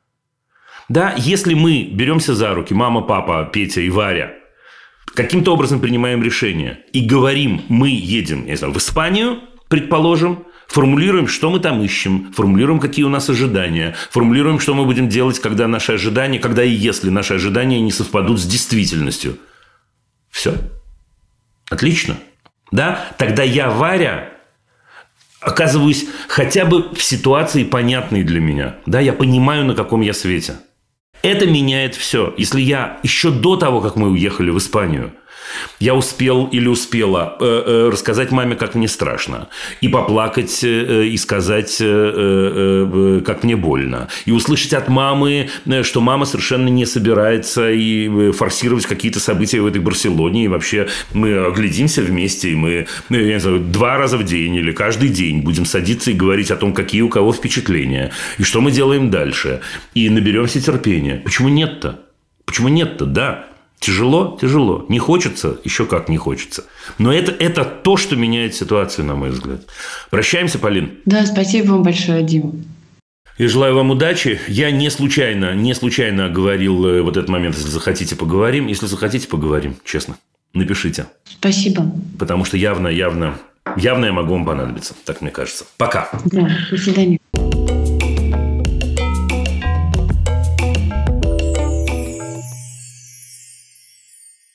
Да, если мы беремся за руки, мама, папа, Петя и Варя, каким-то образом принимаем решение и говорим, мы едем, я знаю, в Испанию, предположим, формулируем, что мы там ищем, формулируем, какие у нас ожидания, формулируем, что мы будем делать, когда наши ожидания, когда и если наши ожидания не совпадут с действительностью. Все. Отлично. Да? Тогда я, Варя, оказываюсь хотя бы в ситуации, понятной для меня. Да? Я понимаю, на каком я свете. Это меняет все. Если я еще до того, как мы уехали в Испанию, я успел или успела э, э, рассказать маме, как мне страшно, и поплакать, э, и сказать, э, э, как мне больно, и услышать от мамы, что мама совершенно не собирается и форсировать какие-то события в этой Барселоне, и вообще мы оглядимся вместе, и мы, я не знаю, два раза в день или каждый день будем садиться и говорить о том, какие у кого впечатления, и что мы делаем дальше, и наберемся терпения. Почему нет-то? Почему нет-то? Да. Тяжело? Тяжело. Не хочется? Еще как не хочется. Но это, это то, что меняет ситуацию, на мой взгляд. Прощаемся, Полин? Да, спасибо вам большое, Дима. Я желаю вам удачи. Я не случайно, не случайно говорил вот этот момент. Если захотите, поговорим. Если захотите, поговорим. Честно. Напишите. Спасибо. Потому что явно, явно, явно я могу вам понадобиться. Так мне кажется. Пока. Да, до свидания.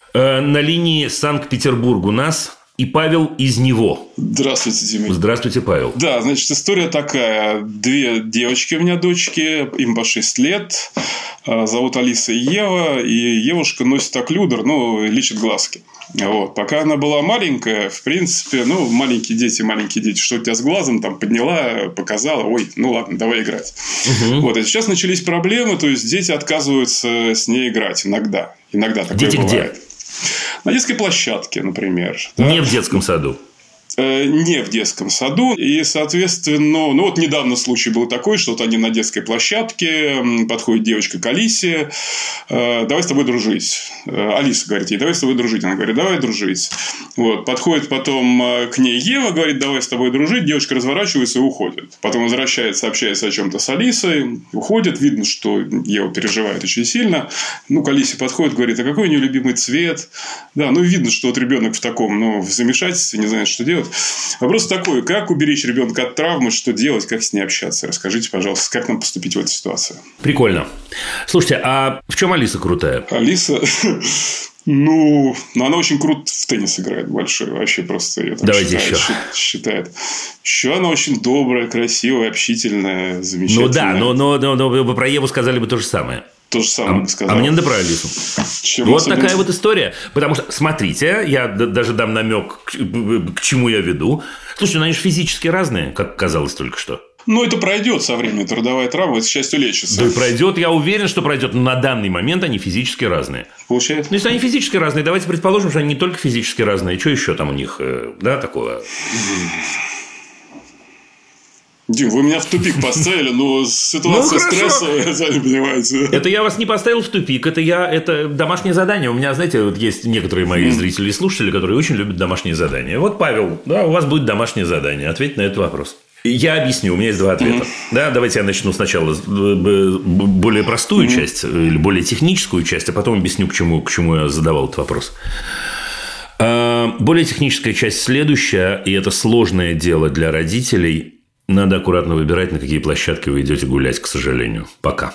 На линии Санкт-Петербург у нас и Павел из него. Здравствуйте, Дима. Здравствуйте, Павел. Да, значит, история такая. Две девочки у меня, дочки, им по шесть лет. Зовут Алиса и Ева. И Евушка носит оклюдер, ну, лечит глазки. Вот. Пока она была маленькая, в принципе, ну, маленькие дети, маленькие дети, что у тебя с глазом, там, подняла, показала, ой, ну, ладно, давай играть. Угу. Вот. И сейчас начались проблемы, то есть, дети отказываются с ней играть иногда. Иногда такое дети бывает. Где? На детской площадке, например. Не да? в детском саду. Не в детском саду. И, соответственно, ну вот недавно случай был такой, что вот они на детской площадке, подходит девочка к Алисе, давай с тобой дружить. Алиса говорит ей, давай с тобой дружить. Она говорит, давай дружить. Вот. Подходит потом к ней Ева, говорит, давай с тобой дружить. Девочка разворачивается и уходит. Потом возвращается, общается о чем-то с Алисой, уходит. Видно, что Ева переживает очень сильно. Ну, к Алисе подходит, говорит, а какой у нее любимый цвет? Да, ну, видно, что вот ребенок в таком, ну, в замешательстве, не знает, что делать. Вопрос такой, как уберечь ребенка от травмы, что делать, как с ней общаться? Расскажите, пожалуйста, как нам поступить в этой ситуации? Прикольно. Слушайте, а в чем Алиса крутая? Алиса... Ну, ну, она очень круто в теннис играет большой. Вообще просто ее там Давайте считает, еще. считает. Еще она очень добрая, красивая, общительная, замечательная. Ну да, но, но, но, но про Еву сказали бы то же самое. То же самое а, сказал. А мне надо про Алису. Чем вот особенно... такая вот история. Потому что, смотрите, я даже дам намек, к, к чему я веду. Слушайте, ну они же физически разные, как казалось только что. Ну, это пройдет со временем. Трудовая травма, это, к счастью, лечится. Да и пройдет, я уверен, что пройдет. Но на данный момент они физически разные. Получается? Ну, если они физически разные, давайте предположим, что они не только физически разные. Что еще там у них, да, такого? Дим, вы меня в тупик поставили, но ситуация ну, стрессовая, сами понимаете. Это я вас не поставил в тупик, это я, это домашнее задание. У меня, знаете, вот есть некоторые мои mm. зрители и слушатели, которые очень любят домашние задания. Вот, Павел, да, у вас будет домашнее задание. Ответь на этот вопрос. Я объясню, у меня есть два ответа. Mm. Да, давайте я начну сначала более простую mm. часть, или более техническую часть, а потом объясню, к чему, к чему я задавал этот вопрос. Более техническая часть следующая, и это сложное дело для родителей. Надо аккуратно выбирать, на какие площадки вы идете гулять, к сожалению. Пока.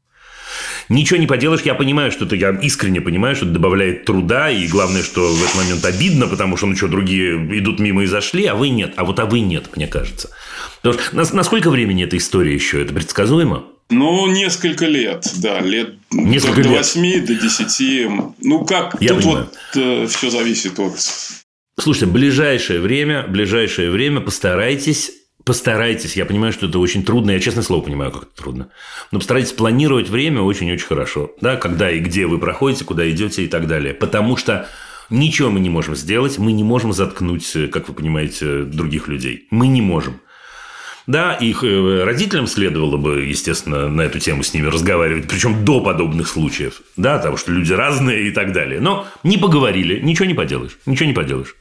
Ничего не поделаешь. Я понимаю, что это, я искренне понимаю, что это добавляет труда. И главное, что в этот момент обидно, потому что, ну что, другие идут мимо и зашли, а вы нет. А вот а вы нет, мне кажется. Потому что на, на сколько времени эта история еще? Это предсказуемо? Ну, несколько лет, да. Лет несколько до лет. восьми, до десяти. Ну, как? Я Тут понимаю. вот э, все зависит от... Слушайте, ближайшее время, ближайшее время постарайтесь... Постарайтесь, я понимаю, что это очень трудно, я, честное слово, понимаю, как это трудно, но постарайтесь планировать время очень-очень хорошо, да, когда и где вы проходите, куда идете и так далее, потому что ничего мы не можем сделать, мы не можем заткнуть, как вы понимаете, других людей, мы не можем. Да, их родителям следовало бы, естественно, на эту тему с ними разговаривать, причем до подобных случаев, да, потому что люди разные и так далее, но не поговорили, ничего не поделаешь, ничего не поделаешь.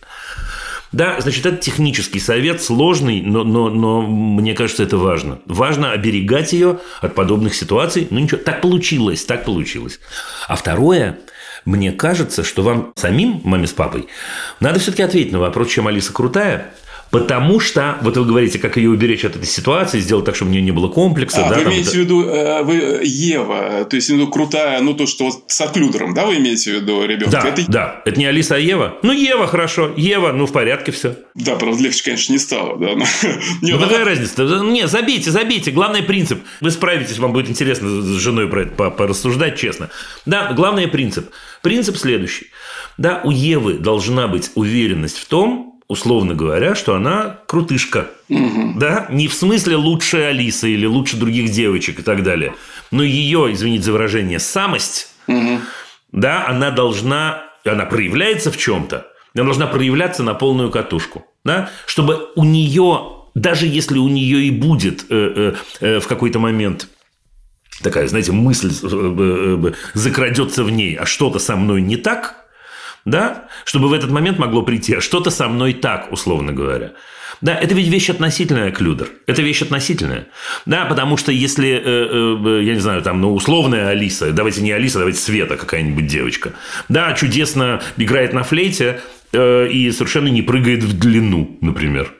Да, значит, это технический совет, сложный, но, но, но мне кажется, это важно. Важно оберегать ее от подобных ситуаций. Ну, ничего, так получилось, так получилось. А второе, мне кажется, что вам самим, маме с папой, надо все-таки ответить на вопрос, чем Алиса крутая. Потому что, вот вы говорите, как ее уберечь от этой ситуации, сделать так, чтобы у нее не было комплекса. А, да, вы там имеете это... в виду э, вы, Ева, то есть, ну, крутая, ну, то, что вот с оклюдером, да, вы имеете в виду ребенка? Да, это... да, это не Алиса, а Ева. Ну, Ева, хорошо, Ева, ну, в порядке все. Да, правда, легче, конечно, не стало, да. Но... Ну, какая разница? Не, забейте, забейте. Главный принцип. Вы справитесь, вам будет интересно с женой про это порассуждать, честно. Да, главный принцип. Принцип следующий. Да, у Евы должна быть уверенность в том, условно говоря, что она крутышка. Угу. Да? Не в смысле лучше Алисы или лучше других девочек и так далее. Но ее, извините за выражение, самость, угу. да, она должна, она проявляется в чем-то, она должна проявляться на полную катушку. Да? Чтобы у нее, даже если у нее и будет э, э, в какой-то момент такая, знаете, мысль э, э, закрадется в ней, а что-то со мной не так, да, чтобы в этот момент могло прийти, а что-то со мной так, условно говоря. Да, это ведь вещь относительная, оклюдер. Это вещь относительная. Да, потому что если, э, э, я не знаю, там, ну, условная Алиса, давайте не Алиса, давайте Света какая-нибудь девочка, да, чудесно играет на флейте э, и совершенно не прыгает в длину, например.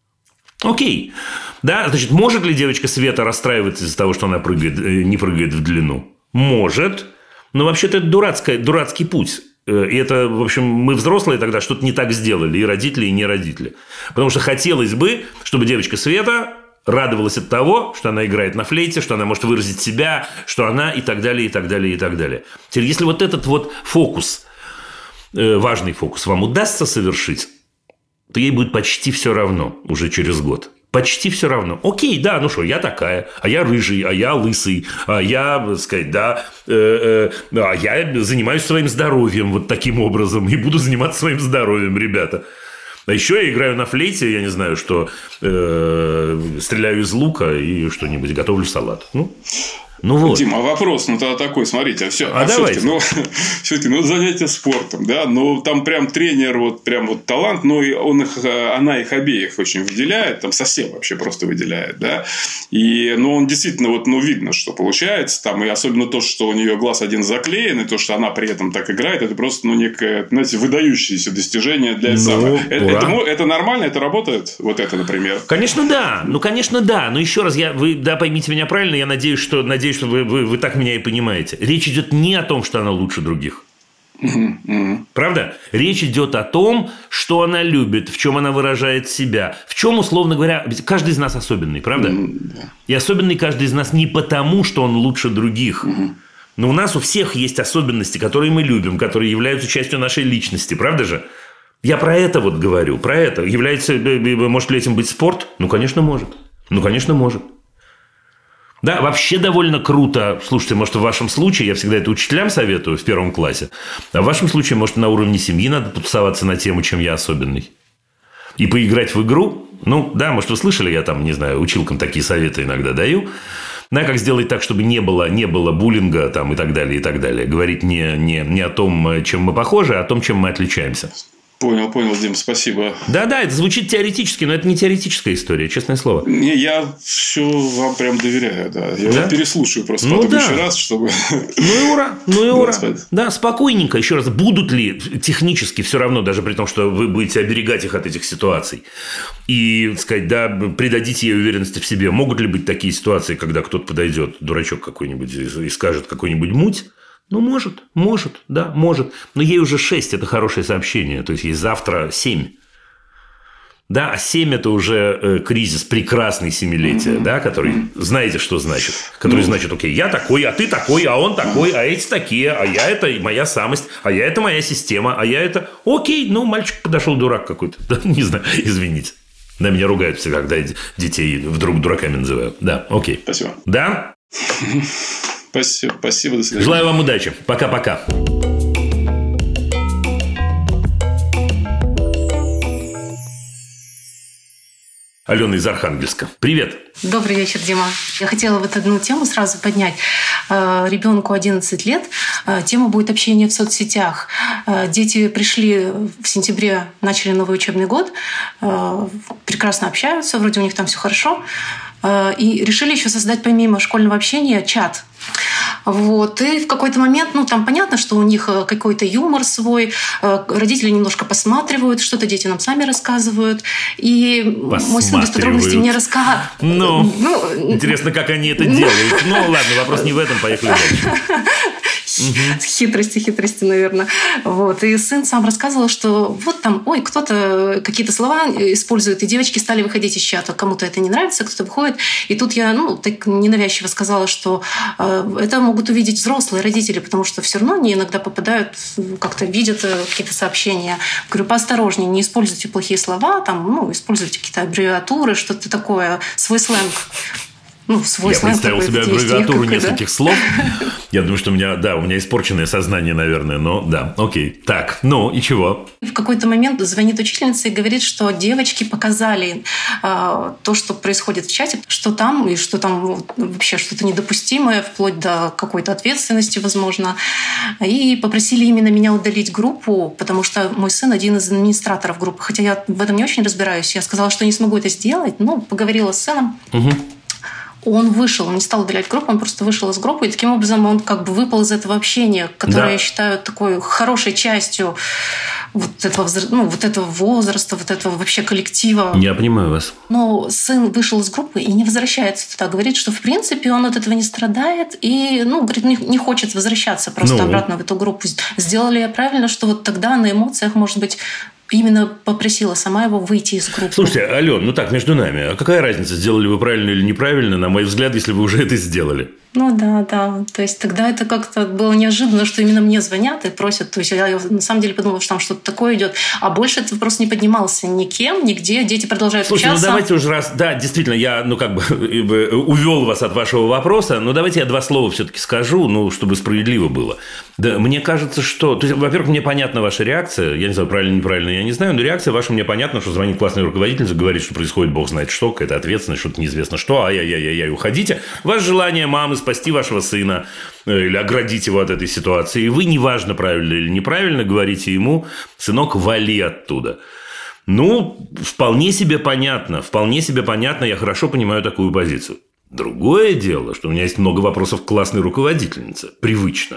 Окей. Да, значит, может ли девочка Света расстраиваться из-за того, что она прыгает, э, не прыгает в длину? Может. Но вообще-то это дурацкий, дурацкий путь. И это, в общем, мы взрослые тогда что-то не так сделали, и родители, и не родители. Потому что хотелось бы, чтобы девочка Света радовалась от того, что она играет на флейте, что она может выразить себя, что она и так далее, и так далее, и так далее. Теперь, если вот этот вот фокус, важный фокус, вам удастся совершить, то ей будет почти все равно уже через год. Почти все равно. Окей, да, ну что, я такая, а я рыжий, а я лысый, а я, так сказать, да, э, э, а я занимаюсь своим здоровьем вот таким образом и буду заниматься своим здоровьем, ребята. А еще я играю на флейте, я не знаю, что э, стреляю из лука и что-нибудь, готовлю салат. Ну, ну вот. Дима, вопрос, ну тогда такой, смотрите, все, а, а все-таки, ну, все-таки, ну, занятие спортом, да, но там прям тренер, вот прям вот талант, но он их, она их обеих очень выделяет, там совсем вообще просто выделяет, да, и, ну, он действительно, вот, ну, видно, что получается, там, и особенно то, что у нее глаз один заклеен, и то, что она при этом так играет, это просто, ну, некое, знаете, выдающееся достижение для ну, это, это, это нормально, это работает, вот это, например. Конечно, да, ну, конечно, да, но еще раз, я, вы, да, поймите меня правильно, я надеюсь, что, надеюсь, что вы, вы, вы так меня и понимаете. Речь идет не о том, что она лучше других. Uh-huh, uh-huh. Правда? Речь идет о том, что она любит, в чем она выражает себя, в чем, условно говоря, каждый из нас особенный, правда? Uh-huh. И особенный каждый из нас не потому, что он лучше других. Uh-huh. Но у нас у всех есть особенности, которые мы любим, которые являются частью нашей личности, правда же? Я про это вот говорю, про это. Является, может ли этим быть спорт? Ну, конечно, может. Ну, конечно, может. Да, вообще довольно круто. Слушайте, может, в вашем случае, я всегда это учителям советую в первом классе, а в вашем случае, может, на уровне семьи надо потусоваться на тему, чем я особенный. И поиграть в игру. Ну, да, может, вы слышали, я там, не знаю, училкам такие советы иногда даю. Да, как сделать так, чтобы не было, не было буллинга там, и так далее, и так далее. Говорить не, не, не о том, чем мы похожи, а о том, чем мы отличаемся. Понял, понял, Дим, спасибо. Да-да, это звучит теоретически, но это не теоретическая история, честное слово. Не, я все вам прям доверяю, да. Я да? переслушаю просто ну, потом да. еще раз, чтобы... Ну и ура, ну и ура. Да, да, спокойненько, еще раз, будут ли технически все равно, даже при том, что вы будете оберегать их от этих ситуаций, и, так сказать, да, придадите ей уверенности в себе, могут ли быть такие ситуации, когда кто-то подойдет, дурачок какой-нибудь, и скажет какой-нибудь муть? Ну, может, может, да, может. Но ей уже шесть, это хорошее сообщение. То есть, ей завтра семь. Да, а семь – это уже э, кризис прекрасный семилетия, mm-hmm. да, который, знаете, что значит? Который mm-hmm. значит, окей, я такой, а ты такой, а он такой, а эти такие, а я – это моя самость, а я – это моя система, а я – это… Окей, ну, мальчик подошел дурак какой-то. Да, не знаю, извините. Да, меня ругают всегда, когда детей вдруг дураками называют. Да, окей. Спасибо. Да? Спасибо, спасибо, до свидания. Желаю вам удачи. Пока-пока. Алена из Архангельска. Привет. Добрый вечер, Дима. Я хотела вот одну тему сразу поднять. Ребенку одиннадцать лет. Тема будет общение в соцсетях. Дети пришли в сентябре, начали новый учебный год. Прекрасно общаются, вроде у них там все хорошо. И решили еще создать помимо школьного общения чат. Вот. И в какой-то момент, ну, там понятно, что у них какой-то юмор свой, родители немножко посматривают, что-то дети нам сами рассказывают. И мой сын без подробностей мне рассказал. Ну, ну, интересно, как они это делают. Ну, ладно, вопрос не в этом, поехали дальше. Хитрости, хитрости, наверное. Вот. И сын сам рассказывал, что вот там, ой, кто-то какие-то слова использует, и девочки стали выходить из чата. Кому-то это не нравится, кто-то выходит. И тут я, ну, так ненавязчиво сказала, что э, это могут увидеть взрослые родители, потому что все равно они иногда попадают, как-то видят какие-то сообщения. Говорю, поосторожнее, не используйте плохие слова, там, ну, используйте какие-то аббревиатуры, что-то такое, свой сленг. Ну, свой я представил себе аббревиатуру нескольких да? слов. Я думаю, что у меня, да, у меня испорченное сознание, наверное, но да, окей. Так, ну и чего? В какой-то момент звонит учительница и говорит, что девочки показали э, то, что происходит в чате, что там, и что там вот, вообще что-то недопустимое, вплоть до какой-то ответственности, возможно. И попросили именно меня удалить группу, потому что мой сын один из администраторов группы. Хотя я в этом не очень разбираюсь. Я сказала, что не смогу это сделать, но поговорила с сыном. Угу. Он вышел, он не стал удалять группу, он просто вышел из группы, и таким образом он как бы выпал из этого общения, которое да. я считаю такой хорошей частью вот этого, ну, вот этого возраста, вот этого вообще коллектива. Я понимаю вас. Но сын вышел из группы и не возвращается туда. Говорит, что в принципе он от этого не страдает и, ну, говорит, не, не хочет возвращаться просто ну. обратно в эту группу. Сделали я правильно, что вот тогда на эмоциях, может быть, именно попросила сама его выйти из группы. Слушайте, Ален, ну так, между нами, а какая разница, сделали вы правильно или неправильно, на мой взгляд, если вы уже это сделали? Ну да, да. То есть тогда это как-то было неожиданно, что именно мне звонят и просят. То есть я на самом деле подумала, что там что-то такое идет. А больше этот вопрос не поднимался никем, нигде. Дети продолжают Слушайте, общаться. ну давайте уже раз... Да, действительно, я, ну как бы, увел вас от вашего вопроса, но давайте я два слова все-таки скажу, ну, чтобы справедливо было. Да, мне кажется, что... То есть, во-первых, мне понятна ваша реакция. Я не знаю, правильно, неправильно, я не знаю, но реакция ваша мне понятна, что звонит классная руководительница, говорит, что происходит бог знает что, какая-то ответственность, что-то неизвестно что, ай-яй-яй-яй, уходите. Ваше желание мамы спасти вашего сына или оградить его от этой ситуации. И вы, неважно, правильно или неправильно, говорите ему: сынок, вали оттуда. Ну, вполне себе понятно, вполне себе понятно, я хорошо понимаю такую позицию. Другое дело, что у меня есть много вопросов к классной руководительнице, привычно.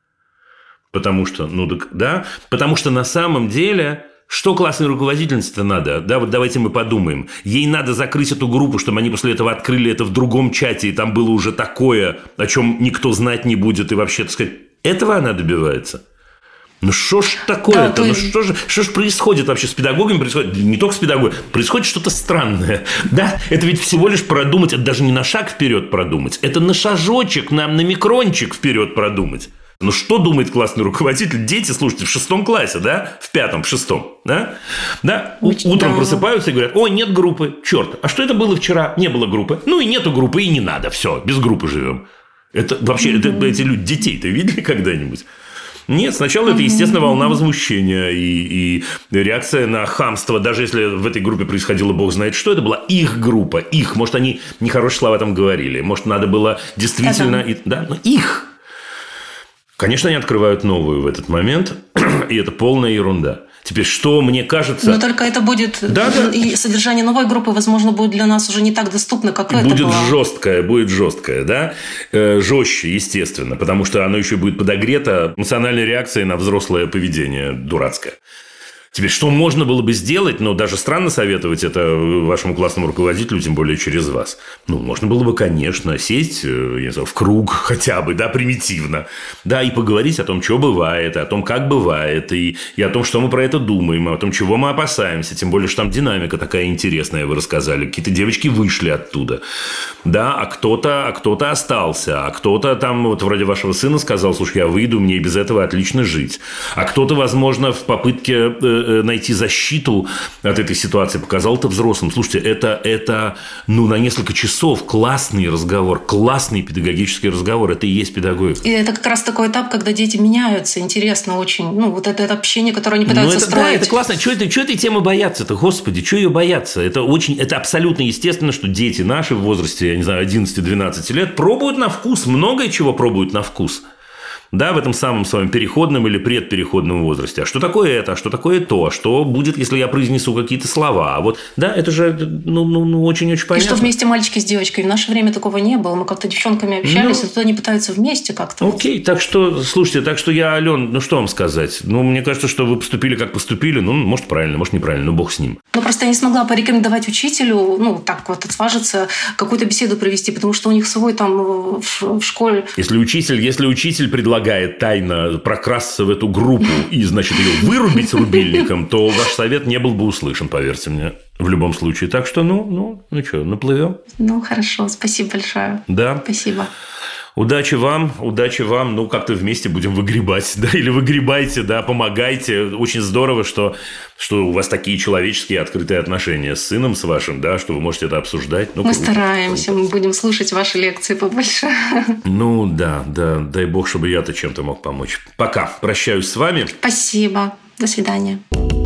Потому что, ну так, да, потому что на самом деле... Что классной руководительнице-то надо? Да, вот давайте мы подумаем. Ей надо закрыть эту группу, чтобы они после этого открыли это в другом чате, и там было уже такое, о чем никто знать не будет, и вообще, так сказать, этого она добивается. Ну что ж такое-то? Да, ну что же, что ж происходит вообще с педагогами? Происходит не только с педагогами, происходит что-то странное. Да? Это ведь всего лишь продумать, это даже не на шаг вперед продумать, это на шажочек, нам на микрончик вперед продумать. Ну, что думает классный руководитель? Дети, слушайте, в шестом классе, да? В пятом, в шестом, да? Да? Утром да. просыпаются и говорят: ой, нет группы, черт, а что это было вчера? Не было группы. Ну, и нету группы, и не надо, все, без группы живем. Это вообще, mm-hmm. это, эти люди детей-то видели когда-нибудь? Нет, сначала mm-hmm. это, естественно, волна возмущения и, и реакция на хамство. Даже если в этой группе происходило бог знает что, это была их группа, их. Может, они нехорошие слова там говорили, может, надо было действительно... И, да, но их... Конечно, они открывают новую в этот момент, и это полная ерунда. Теперь, что мне кажется... Но только это будет... Да, да. И содержание новой группы, возможно, будет для нас уже не так доступно, как это будет было. Будет жесткое, будет жесткое, да? Э, жестче, естественно, потому что оно еще будет подогрето эмоциональной реакцией на взрослое поведение дурацкое. Теперь, что можно было бы сделать, но даже странно советовать это вашему классному руководителю, тем более через вас. Ну, можно было бы, конечно, сесть, я не знаю, в круг хотя бы, да, примитивно, да, и поговорить о том, что бывает, о том, как бывает, и, и о том, что мы про это думаем, о том, чего мы опасаемся, тем более, что там динамика такая интересная, вы рассказали, какие-то девочки вышли оттуда, да, а кто-то, а кто-то остался, а кто-то там, вот вроде вашего сына сказал: слушай, я выйду, мне и без этого отлично жить, а кто-то, возможно, в попытке найти защиту от этой ситуации показал это взрослым. Слушайте, это, это ну, на несколько часов классный разговор, классный педагогический разговор. Это и есть педагогика. И это как раз такой этап, когда дети меняются. Интересно очень. Ну, вот это, это общение, которое они пытаются ну, это, строить. Да, это классно. Чего это, чего этой темы бояться-то? Господи, чего ее бояться? Это, очень, это абсолютно естественно, что дети наши в возрасте, я не знаю, одиннадцать-двенадцать лет пробуют на вкус. Многое чего пробуют на вкус. Да, в этом самом своем переходном или предпереходном возрасте. А что такое это? А что такое то? А что будет, если я произнесу какие-то слова? А вот, да, это же ну, ну, ну, очень-очень понятно. И что вместе мальчики с девочкой. В наше время такого не было. Мы как-то девчонками общались, ну, а тут они пытаются вместе как-то. Окей, так что, слушайте, так что я, Ален, ну что вам сказать? Ну, мне кажется, что вы поступили, как поступили. Ну, может, правильно, может, неправильно, но бог с ним. Ну, просто я не смогла порекомендовать учителю, ну, так вот отважиться, какую-то беседу провести, потому что у них свой там в, в школе. Если учитель, если учитель предлагает тайно прокрасться в эту группу и, значит, ее вырубить рубильником, то ваш совет не был бы услышан, поверьте мне, в любом случае. Так что, ну, ну, ну что, наплывем? Ну, хорошо, спасибо большое. Да. Спасибо. Удачи вам, удачи вам, ну, как-то вместе будем выгребать, да, или выгребайте, да, помогайте. Очень здорово, что, что у вас такие человеческие открытые отношения с сыном, с вашим, да, что вы можете это обсуждать. Ну, мы круто, стараемся, круто. Мы будем слушать ваши лекции побольше. Ну, да, да, дай бог, чтобы я-то чем-то мог помочь. Пока, прощаюсь с вами. Спасибо, до свидания.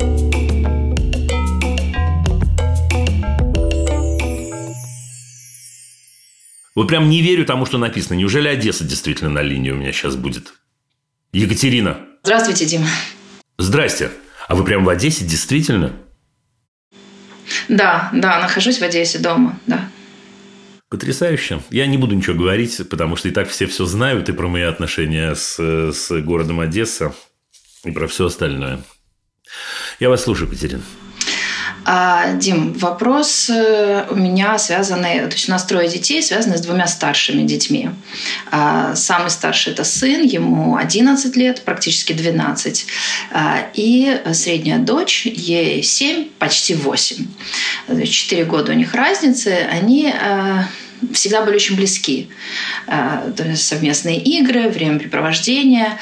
Вот прям не верю тому, что написано. Неужели Одесса действительно на линии у меня сейчас будет? Екатерина. Здравствуйте, Дима. Здрасте. А вы прям в Одессе действительно? Да, да, нахожусь в Одессе дома, да. Потрясающе. Я не буду ничего говорить, потому что и так все все знают и про мои отношения с, с городом Одесса, и про все остальное. Я вас слушаю, Катерина. А, Дим, вопрос у меня связанный, то есть у нас трое детей, связанный с двумя старшими детьми. А, самый старший – это сын, ему одиннадцать лет, практически двенадцать. А, и средняя дочь, ей семь, почти восемь. Четыре года у них разницы. Они а, всегда были очень близки. А, то есть совместные игры, времяпрепровождение.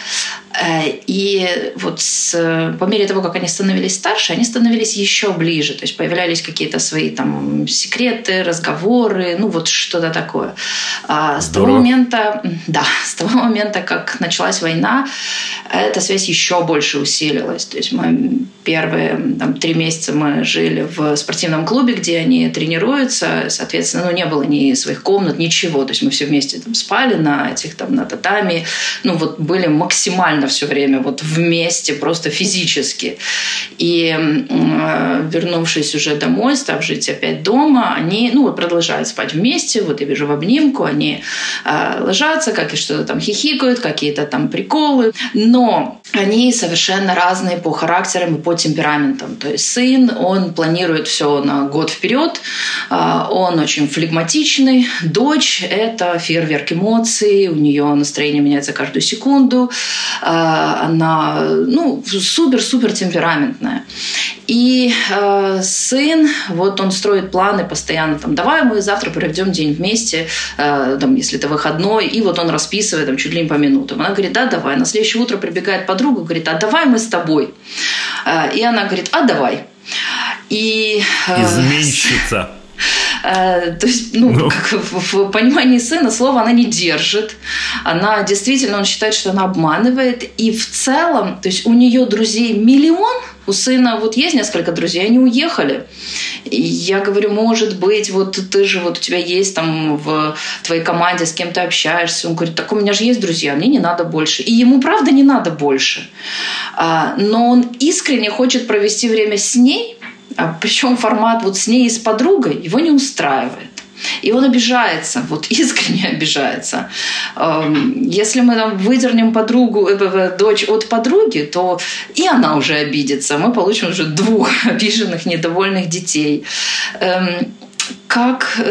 И вот с, по мере того, как они становились старше, они становились еще ближе. То есть появлялись какие-то свои там секреты, разговоры, ну вот что-то такое. А с того момента, да, с того момента, как началась война, эта связь еще больше усилилась. То есть мы первые там, три месяца мы жили в спортивном клубе, где они тренируются. Соответственно, ну, не было ни своих комнат, ничего. То есть мы все вместе там спали на этих там на татами. Ну вот были максимально все время вот вместе, просто физически. И э, вернувшись уже домой, став жить опять дома, они ну, вот продолжают спать вместе. Вот я вижу в обнимку, они э, ложатся, как и что-то там хихикают, какие-то там приколы. Но они совершенно разные по характерам и по темпераментам. То есть сын, он планирует все на год вперед, э, он очень флегматичный. Дочь – это фейерверк эмоций, у нее настроение меняется каждую секунду. Она ну, супер-супер темпераментная. И э, сын, вот он строит планы постоянно, там, давай мы завтра проведем день вместе, э, там, если это выходной, и вот он расписывает там, чуть ли не по минутам. Она говорит, да, давай. На следующее утро прибегает подруга, говорит, а давай мы с тобой. Э, и она говорит, а давай. И, э, Изменщица. То есть, ну, ну. Как в понимании сына слова она не держит. Она действительно, он считает, что она обманывает. И в целом, то есть у нее друзей миллион, у сына вот есть несколько друзей, они уехали. И я говорю, может быть, вот ты же, вот у тебя есть там в твоей команде, с кем ты общаешься. Он говорит, так у меня же есть друзья, мне не надо больше. И ему, правда, не надо больше. Но он искренне хочет провести время с ней, а причем формат вот с ней и с подругой его не устраивает. И он обижается, вот искренне обижается. Если мы там выдернем подругу, дочь от подруги, то и она уже обидится. Мы получим уже двух обиженных, недовольных детей. Как,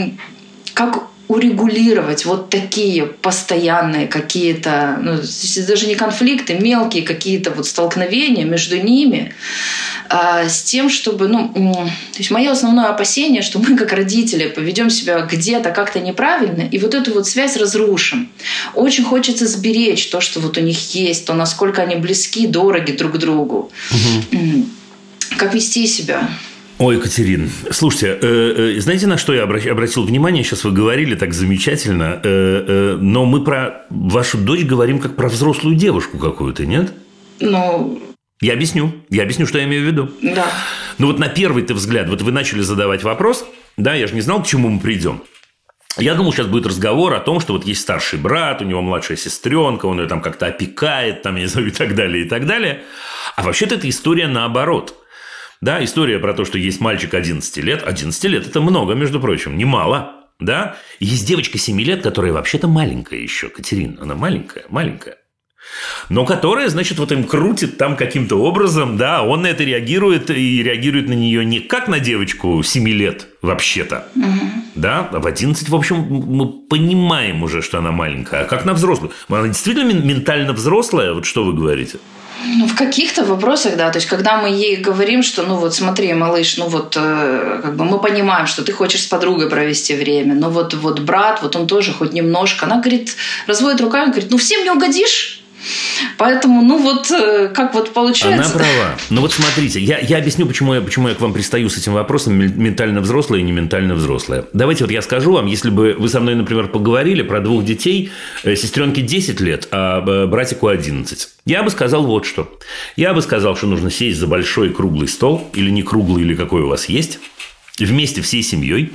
как урегулировать вот такие постоянные какие-то, ну, даже не конфликты, мелкие какие-то вот столкновения между ними, а, с тем, чтобы, ну, то есть мое основное опасение, что мы как родители поведем себя где-то как-то неправильно и вот эту вот связь разрушим. Очень хочется сберечь то, что вот у них есть, то, насколько они близки, дороги друг другу. Угу. Как вести себя? Ой, Екатерина, слушайте, э, э, знаете, на что я обратил внимание? Сейчас вы говорили так замечательно, э, э, но мы про вашу дочь говорим как про взрослую девушку какую-то, нет? Ну... Я объясню. Я объясню, что я имею в виду. Да. Ну вот на первый-то взгляд, вот вы начали задавать вопрос, да, я же не знал, к чему мы придем. Я думал, сейчас будет разговор о том, что вот есть старший брат, у него младшая сестренка, он ее там как-то опекает, там, я не знаю, и так далее, и так далее. А вообще-то эта история наоборот. Да, история про то, что есть мальчик одиннадцати лет. одиннадцать лет – это много, между прочим, немало. Да? И есть девочка семи лет, которая вообще-то маленькая еще, Катерина. Она маленькая, маленькая. Но которая, значит, вот им крутит там каким-то образом, да, он на это реагирует и реагирует на нее не как на девочку семи лет вообще-то, угу. Да, а в одиннадцать, в общем, мы понимаем уже, что она маленькая, а как на взрослую. Она действительно ментально взрослая, вот что вы говорите? Ну, в каких-то вопросах, да. То есть, когда мы ей говорим, что, ну, вот смотри, малыш, ну, вот, э, как бы мы понимаем, что ты хочешь с подругой провести время, но вот, вот брат, вот он тоже хоть немножко. Она, говорит, разводит руками, говорит, ну, всем не угодишь. Поэтому, ну вот, как вот получается. Она права. Ну вот смотрите, я, я объясню, почему я, почему я к вам пристаю с этим вопросом ментально взрослая и не ментально взрослая. Давайте вот я скажу вам, если бы вы со мной, например, поговорили про двух детей, сестренке десять лет, а братику одиннадцать. Я бы сказал вот что. Я бы сказал, что нужно сесть за большой круглый стол, или не круглый, или какой у вас есть, вместе всей семьей,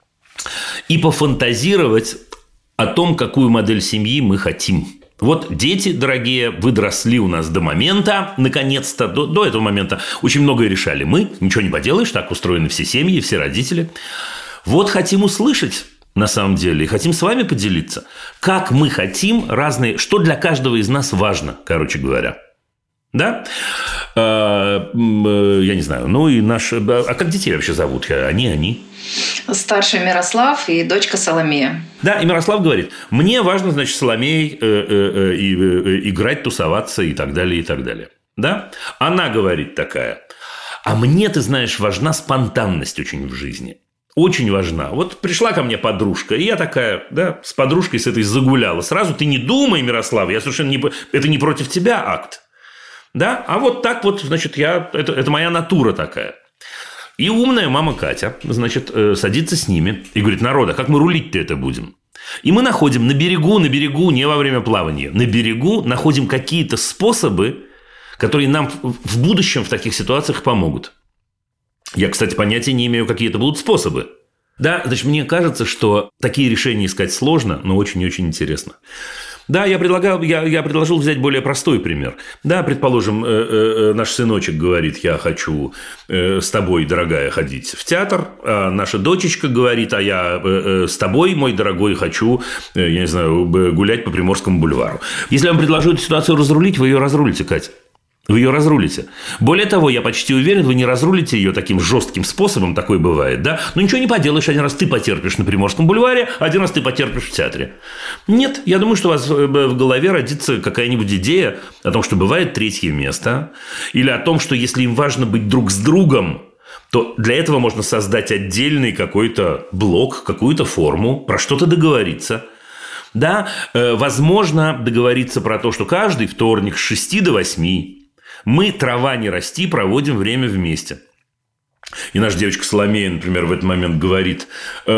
и пофантазировать о том, какую модель семьи мы хотим. Вот дети, дорогие, вы доросли у нас до момента, наконец-то, до, до этого момента очень многое решали мы, ничего не поделаешь, так устроены все семьи, все родители. Вот хотим услышать, на самом деле, и хотим с вами поделиться, как мы хотим разные, что для каждого из нас важно, короче говоря. Да? я не знаю, ну и наш... А как детей вообще зовут? Они, они? Старший Мирослав и дочка Соломея. Да, и Мирослав говорит, мне важно, значит, Соломеей играть, тусоваться и так далее, и так далее. Да? Она говорит такая, а мне, ты знаешь, важна спонтанность очень в жизни. Очень важна. Вот пришла ко мне подружка, и я такая, да, с подружкой с этой загуляла. Сразу ты не думай, Мирослав, я совершенно не... Это не против тебя акт. Да? А вот так вот, значит, я... Это, это моя натура такая. И умная мама Катя, значит, садится с ними и говорит, народ, а как мы рулить-то это будем? И мы находим на берегу, на берегу, не во время плавания, на берегу находим какие-то способы, которые нам в будущем в таких ситуациях помогут. Я, кстати, понятия не имею, какие это будут способы. Да, значит, мне кажется, что такие решения искать сложно, но очень и очень интересно. Да, я, предлагал, я, я предложил взять более простой пример. Да, предположим, э, э, наш сыночек говорит, я хочу э, с тобой, дорогая, ходить в театр, а наша дочечка говорит, а я э, э, с тобой, мой дорогой, хочу, э, я не знаю, гулять по Приморскому бульвару. Если я вам предложу эту ситуацию разрулить, вы ее разрулите, Катя. Вы ее разрулите. Более того, я почти уверен, вы не разрулите ее таким жестким способом, такое бывает, да? Но ничего не поделаешь, один раз ты потерпишь на Приморском бульваре, один раз ты потерпишь в театре. Нет, я думаю, что у вас в голове родится какая-нибудь идея о том, что бывает третье место, или о том, что если им важно быть друг с другом, то для этого можно создать отдельный какой-то блок, какую-то форму, про что-то договориться. Да, возможно договориться про то, что каждый вторник с шести до восьми мы, трава не расти, проводим время вместе. И наша девочка Соломея, например, в этот момент говорит,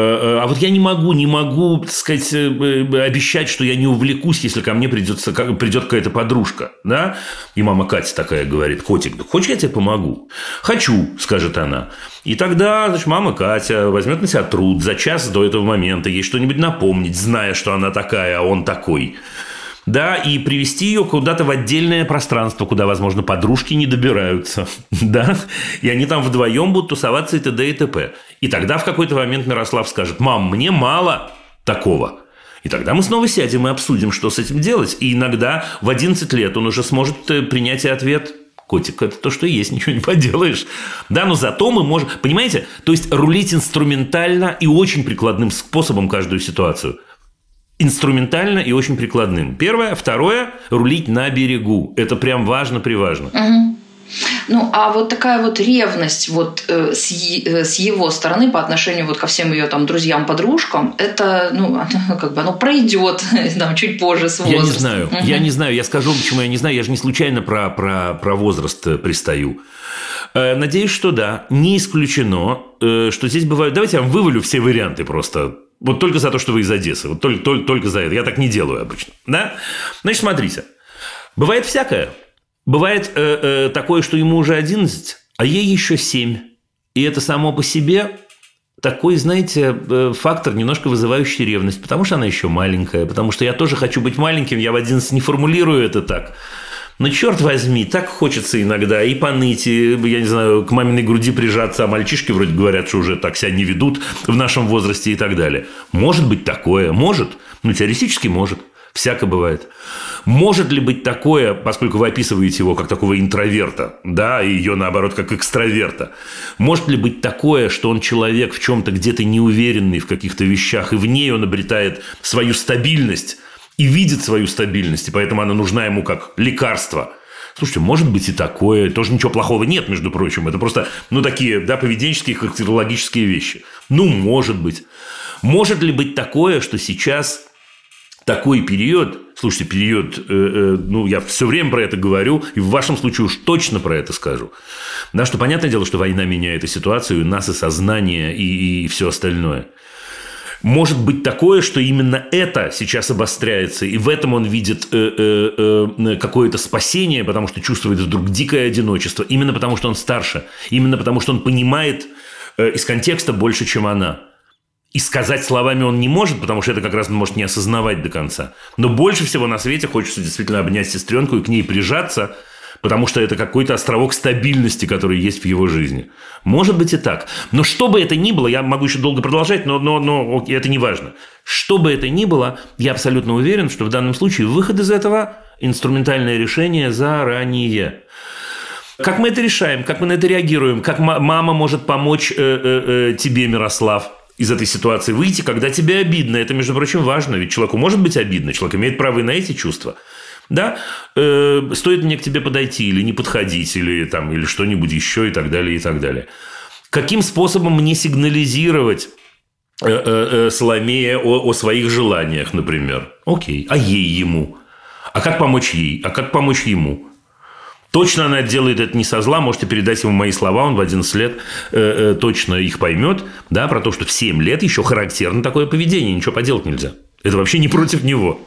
а вот я не могу, не могу, так сказать, обещать, что я не увлекусь, если ко мне придется, придет какая-то подружка. Да? И мама Катя такая говорит, котик, да хочешь, я тебе помогу? Хочу, скажет она. И тогда, значит, мама Катя возьмет на себя труд за час до этого момента ей что-нибудь напомнить, зная, что она такая, а он такой. Да, и привести ее куда-то в отдельное пространство, куда, возможно, подружки не добираются. Да, и они там вдвоем будут тусоваться и т.д. и т.п. И тогда в какой-то момент Мирослав скажет, мам, мне мало такого. И тогда мы снова сядем и обсудим, что с этим делать. И иногда в одиннадцать лет он уже сможет принять и ответ. Котик, это то, что есть, ничего не поделаешь. Да, но зато мы можем... Понимаете? То есть рулить инструментально и очень прикладным способом каждую ситуацию. Инструментально и очень прикладным. Первое. Второе. Рулить на берегу. Это прям важно-приважно. Угу. Ну, а вот такая вот ревность вот, э, с, э, с его стороны по отношению вот ко всем ее там друзьям-подружкам, это, ну, оно, как бы, оно пройдет там, чуть позже с возрастом. Я не знаю. Угу. Я не знаю. Я скажу, почему я не знаю. Я же не случайно про, про, про возраст пристаю. Э, надеюсь, что да. Не исключено, э, что здесь бывают... Давайте я вам вывалю все варианты просто... Вот только за то, что вы из Одессы. Вот только, только, только за это. Я так не делаю обычно. Да? Значит, смотрите. Бывает всякое. Бывает э, э, такое, что ему уже одиннадцать, а ей еще семь. И это само по себе такой, знаете, э, фактор, немножко вызывающий ревность. Потому что она еще маленькая. Потому что я тоже хочу быть маленьким. Я в одиннадцать не формулирую это так. Но, черт возьми, так хочется иногда и поныть, и, я не знаю, к маминой груди прижаться, а мальчишки вроде говорят, что уже так себя не ведут в нашем возрасте и так далее. Может быть такое? Может. Ну, теоретически может. Всяко бывает. Может ли быть такое, поскольку вы описываете его как такого интроверта, да, и ее, наоборот, как экстраверта, может ли быть такое, что он человек в чем-то где-то неуверенный в каких-то вещах, и в ней он обретает свою стабильность, и видит свою стабильность, и поэтому она нужна ему как лекарство. Слушайте, может быть и такое. Тоже ничего плохого нет, между прочим. Это просто, ну, такие, да, поведенческие, характерологические вещи. Ну, может быть. Может ли быть такое, что сейчас такой период, слушайте, период, э, э, ну, я все время про это говорю, и в вашем случае уж точно про это скажу. Да, что понятное дело, что война меняет и ситуацию, и нас, и сознание, и, и все остальное. Может быть такое, что именно это сейчас обостряется, и в этом он видит э, э, э, какое-то спасение, потому что чувствует вдруг дикое одиночество, именно потому что он старше, именно потому что он понимает э, из контекста больше, чем она. И сказать словами он не может, потому что это как раз он может не осознавать до конца. Но больше всего на свете хочется действительно обнять сестренку и к ней прижаться, потому что это какой-то островок стабильности, который есть в его жизни. Может быть и так. Но что бы это ни было, я могу еще долго продолжать, но, но, но это не важно. Что бы это ни было, я абсолютно уверен, что в данном случае выход из этого – инструментальное решение заранее. Как мы это решаем, как мы на это реагируем, как мама может помочь э, э, э, тебе, Мирослав, из этой ситуации выйти, когда тебе обидно. Это, между прочим, важно, ведь человеку может быть обидно, человек имеет право и на эти чувства. Да? Э, стоит мне к тебе подойти или не подходить, или, там, или что-нибудь еще, и так далее, и так далее. Каким способом мне сигнализировать э, э, э, Соломее о, о своих желаниях, например? Окей. А ей, ему? А как помочь ей? А как помочь ему? Точно она делает это не со зла. Можете передать ему мои слова. Он в одиннадцать лет э, э, точно их поймет. Да, про то, что в семь лет еще характерно такое поведение. Ничего поделать нельзя. Это вообще не против него.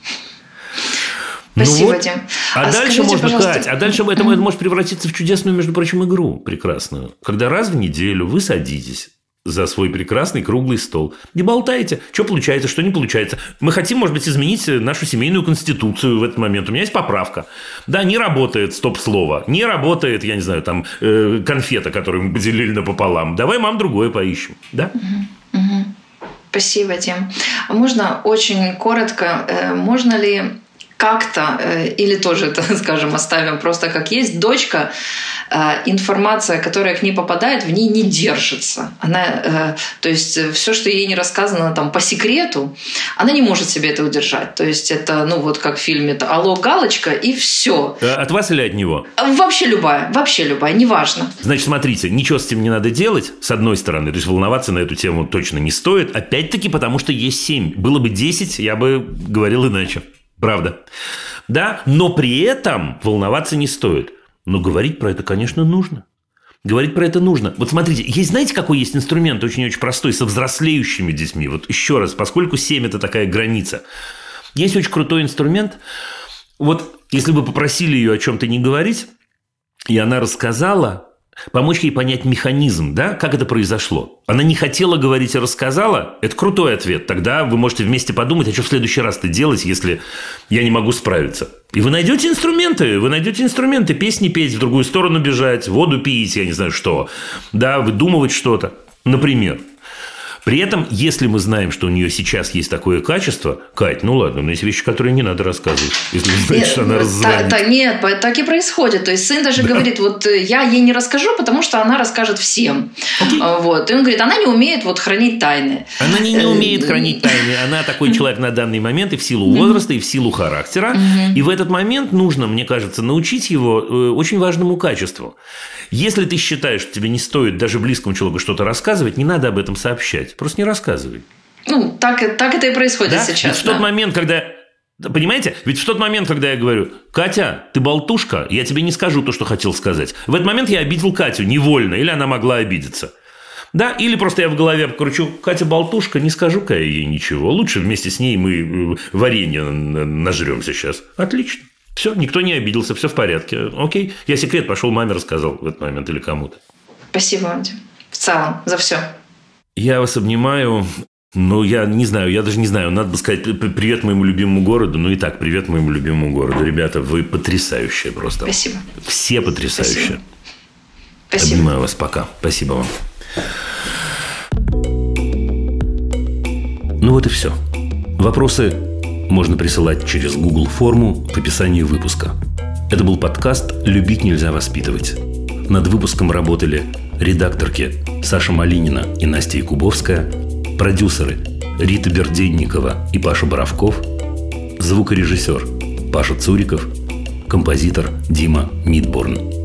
Спасибо, ну вот. Дим. А, а дальше скажите, можно, пожалуйста... Кать, а дальше это mm-hmm. может превратиться в чудесную, между прочим, игру прекрасную. Когда раз в неделю вы садитесь за свой прекрасный круглый стол и болтаете, что получается, что не получается. Мы хотим, может быть, изменить нашу семейную конституцию в этот момент. У меня есть поправка. Да, не работает стоп-слово. Не работает, я не знаю, там, э, конфета, которую мы поделили напополам. Давай, мам, другое поищем. Да? Угу. Угу. Спасибо, Дим. Можно очень коротко, э, можно ли как-то, э, или тоже это, скажем, оставим просто как есть, дочка, э, информация, которая к ней попадает, в ней не держится. Она, э, то есть все, что ей не рассказано там по секрету, она не может себе это удержать. То есть это, ну вот как в фильме, это «Алло, галочка» и все. От вас или от него? Вообще любая, вообще любая, неважно. Значит, смотрите, ничего с этим не надо делать, с одной стороны, то есть волноваться на эту тему точно не стоит, опять-таки потому, что есть семь. Было бы десять, я бы говорил иначе. Правда. Да, но при этом волноваться не стоит. Но говорить про это, конечно, нужно. Говорить про это нужно. Вот смотрите, есть, знаете, какой есть инструмент очень-очень простой со взрослеющими детьми? Вот еще раз, поскольку семь – это такая граница. Есть очень крутой инструмент. Вот если бы попросили ее о чем-то не говорить, и она рассказала, помочь ей понять механизм, да, как это произошло. Она не хотела говорить и рассказала. Это крутой ответ. Тогда вы можете вместе подумать, а что в следующий раз-то делать, если я не могу справиться. И вы найдете инструменты. Вы найдете инструменты. Песни петь, в другую сторону бежать, воду пить, я не знаю что. Да, выдумывать что-то. Например. При этом, если мы знаем, что у нее сейчас есть такое качество, Кать, ну ладно, но есть вещи, которые не надо рассказывать, если вы знаете, что она раззвонит. Та, та, нет, так и происходит. То есть сын даже да. говорит, вот я ей не расскажу, потому что она расскажет всем. Okay. Вот. И он говорит, она не умеет вот хранить тайны. Она не, не умеет хранить тайны. Она такой человек на данный момент и в силу возраста, и в силу характера. И в этот момент нужно, мне кажется, научить его очень важному качеству. Если ты считаешь, что тебе не стоит даже близкому человеку что-то рассказывать, не надо об этом сообщать. Просто не рассказывай. Ну, так, так это и происходит да? сейчас. Ведь в тот да. момент, когда... Понимаете? Ведь в тот момент, когда я говорю, Катя, ты болтушка, я тебе не скажу то, что хотел сказать. В этот момент я обидел Катю невольно, или она могла обидеться. Да? Или просто я в голове покручу, Катя болтушка, не скажу-ка я ей ничего. Лучше вместе с ней мы варенье нажремся сейчас. Отлично. Все, никто не обиделся, все в порядке. Окей, я секрет пошел маме рассказал в этот момент или кому-то. Спасибо вам, Дим. В целом, за все. Я вас обнимаю. Ну, я не знаю, я даже не знаю. Надо бы сказать привет моему любимому городу. Ну, и так, привет моему любимому городу. Ребята, вы потрясающие просто. Спасибо. Все потрясающие. Спасибо. Обнимаю вас, пока. Спасибо вам. Ну, вот и все. Вопросы можно присылать через Google форму в описании выпуска. Это был подкаст «Любить нельзя воспитывать». Над выпуском работали редакторки Саша Малинина и Настя Якубовская, продюсеры Рита Берденникова и Паша Боровков, звукорежиссер Паша Цуриков, композитор Дима Мидборн.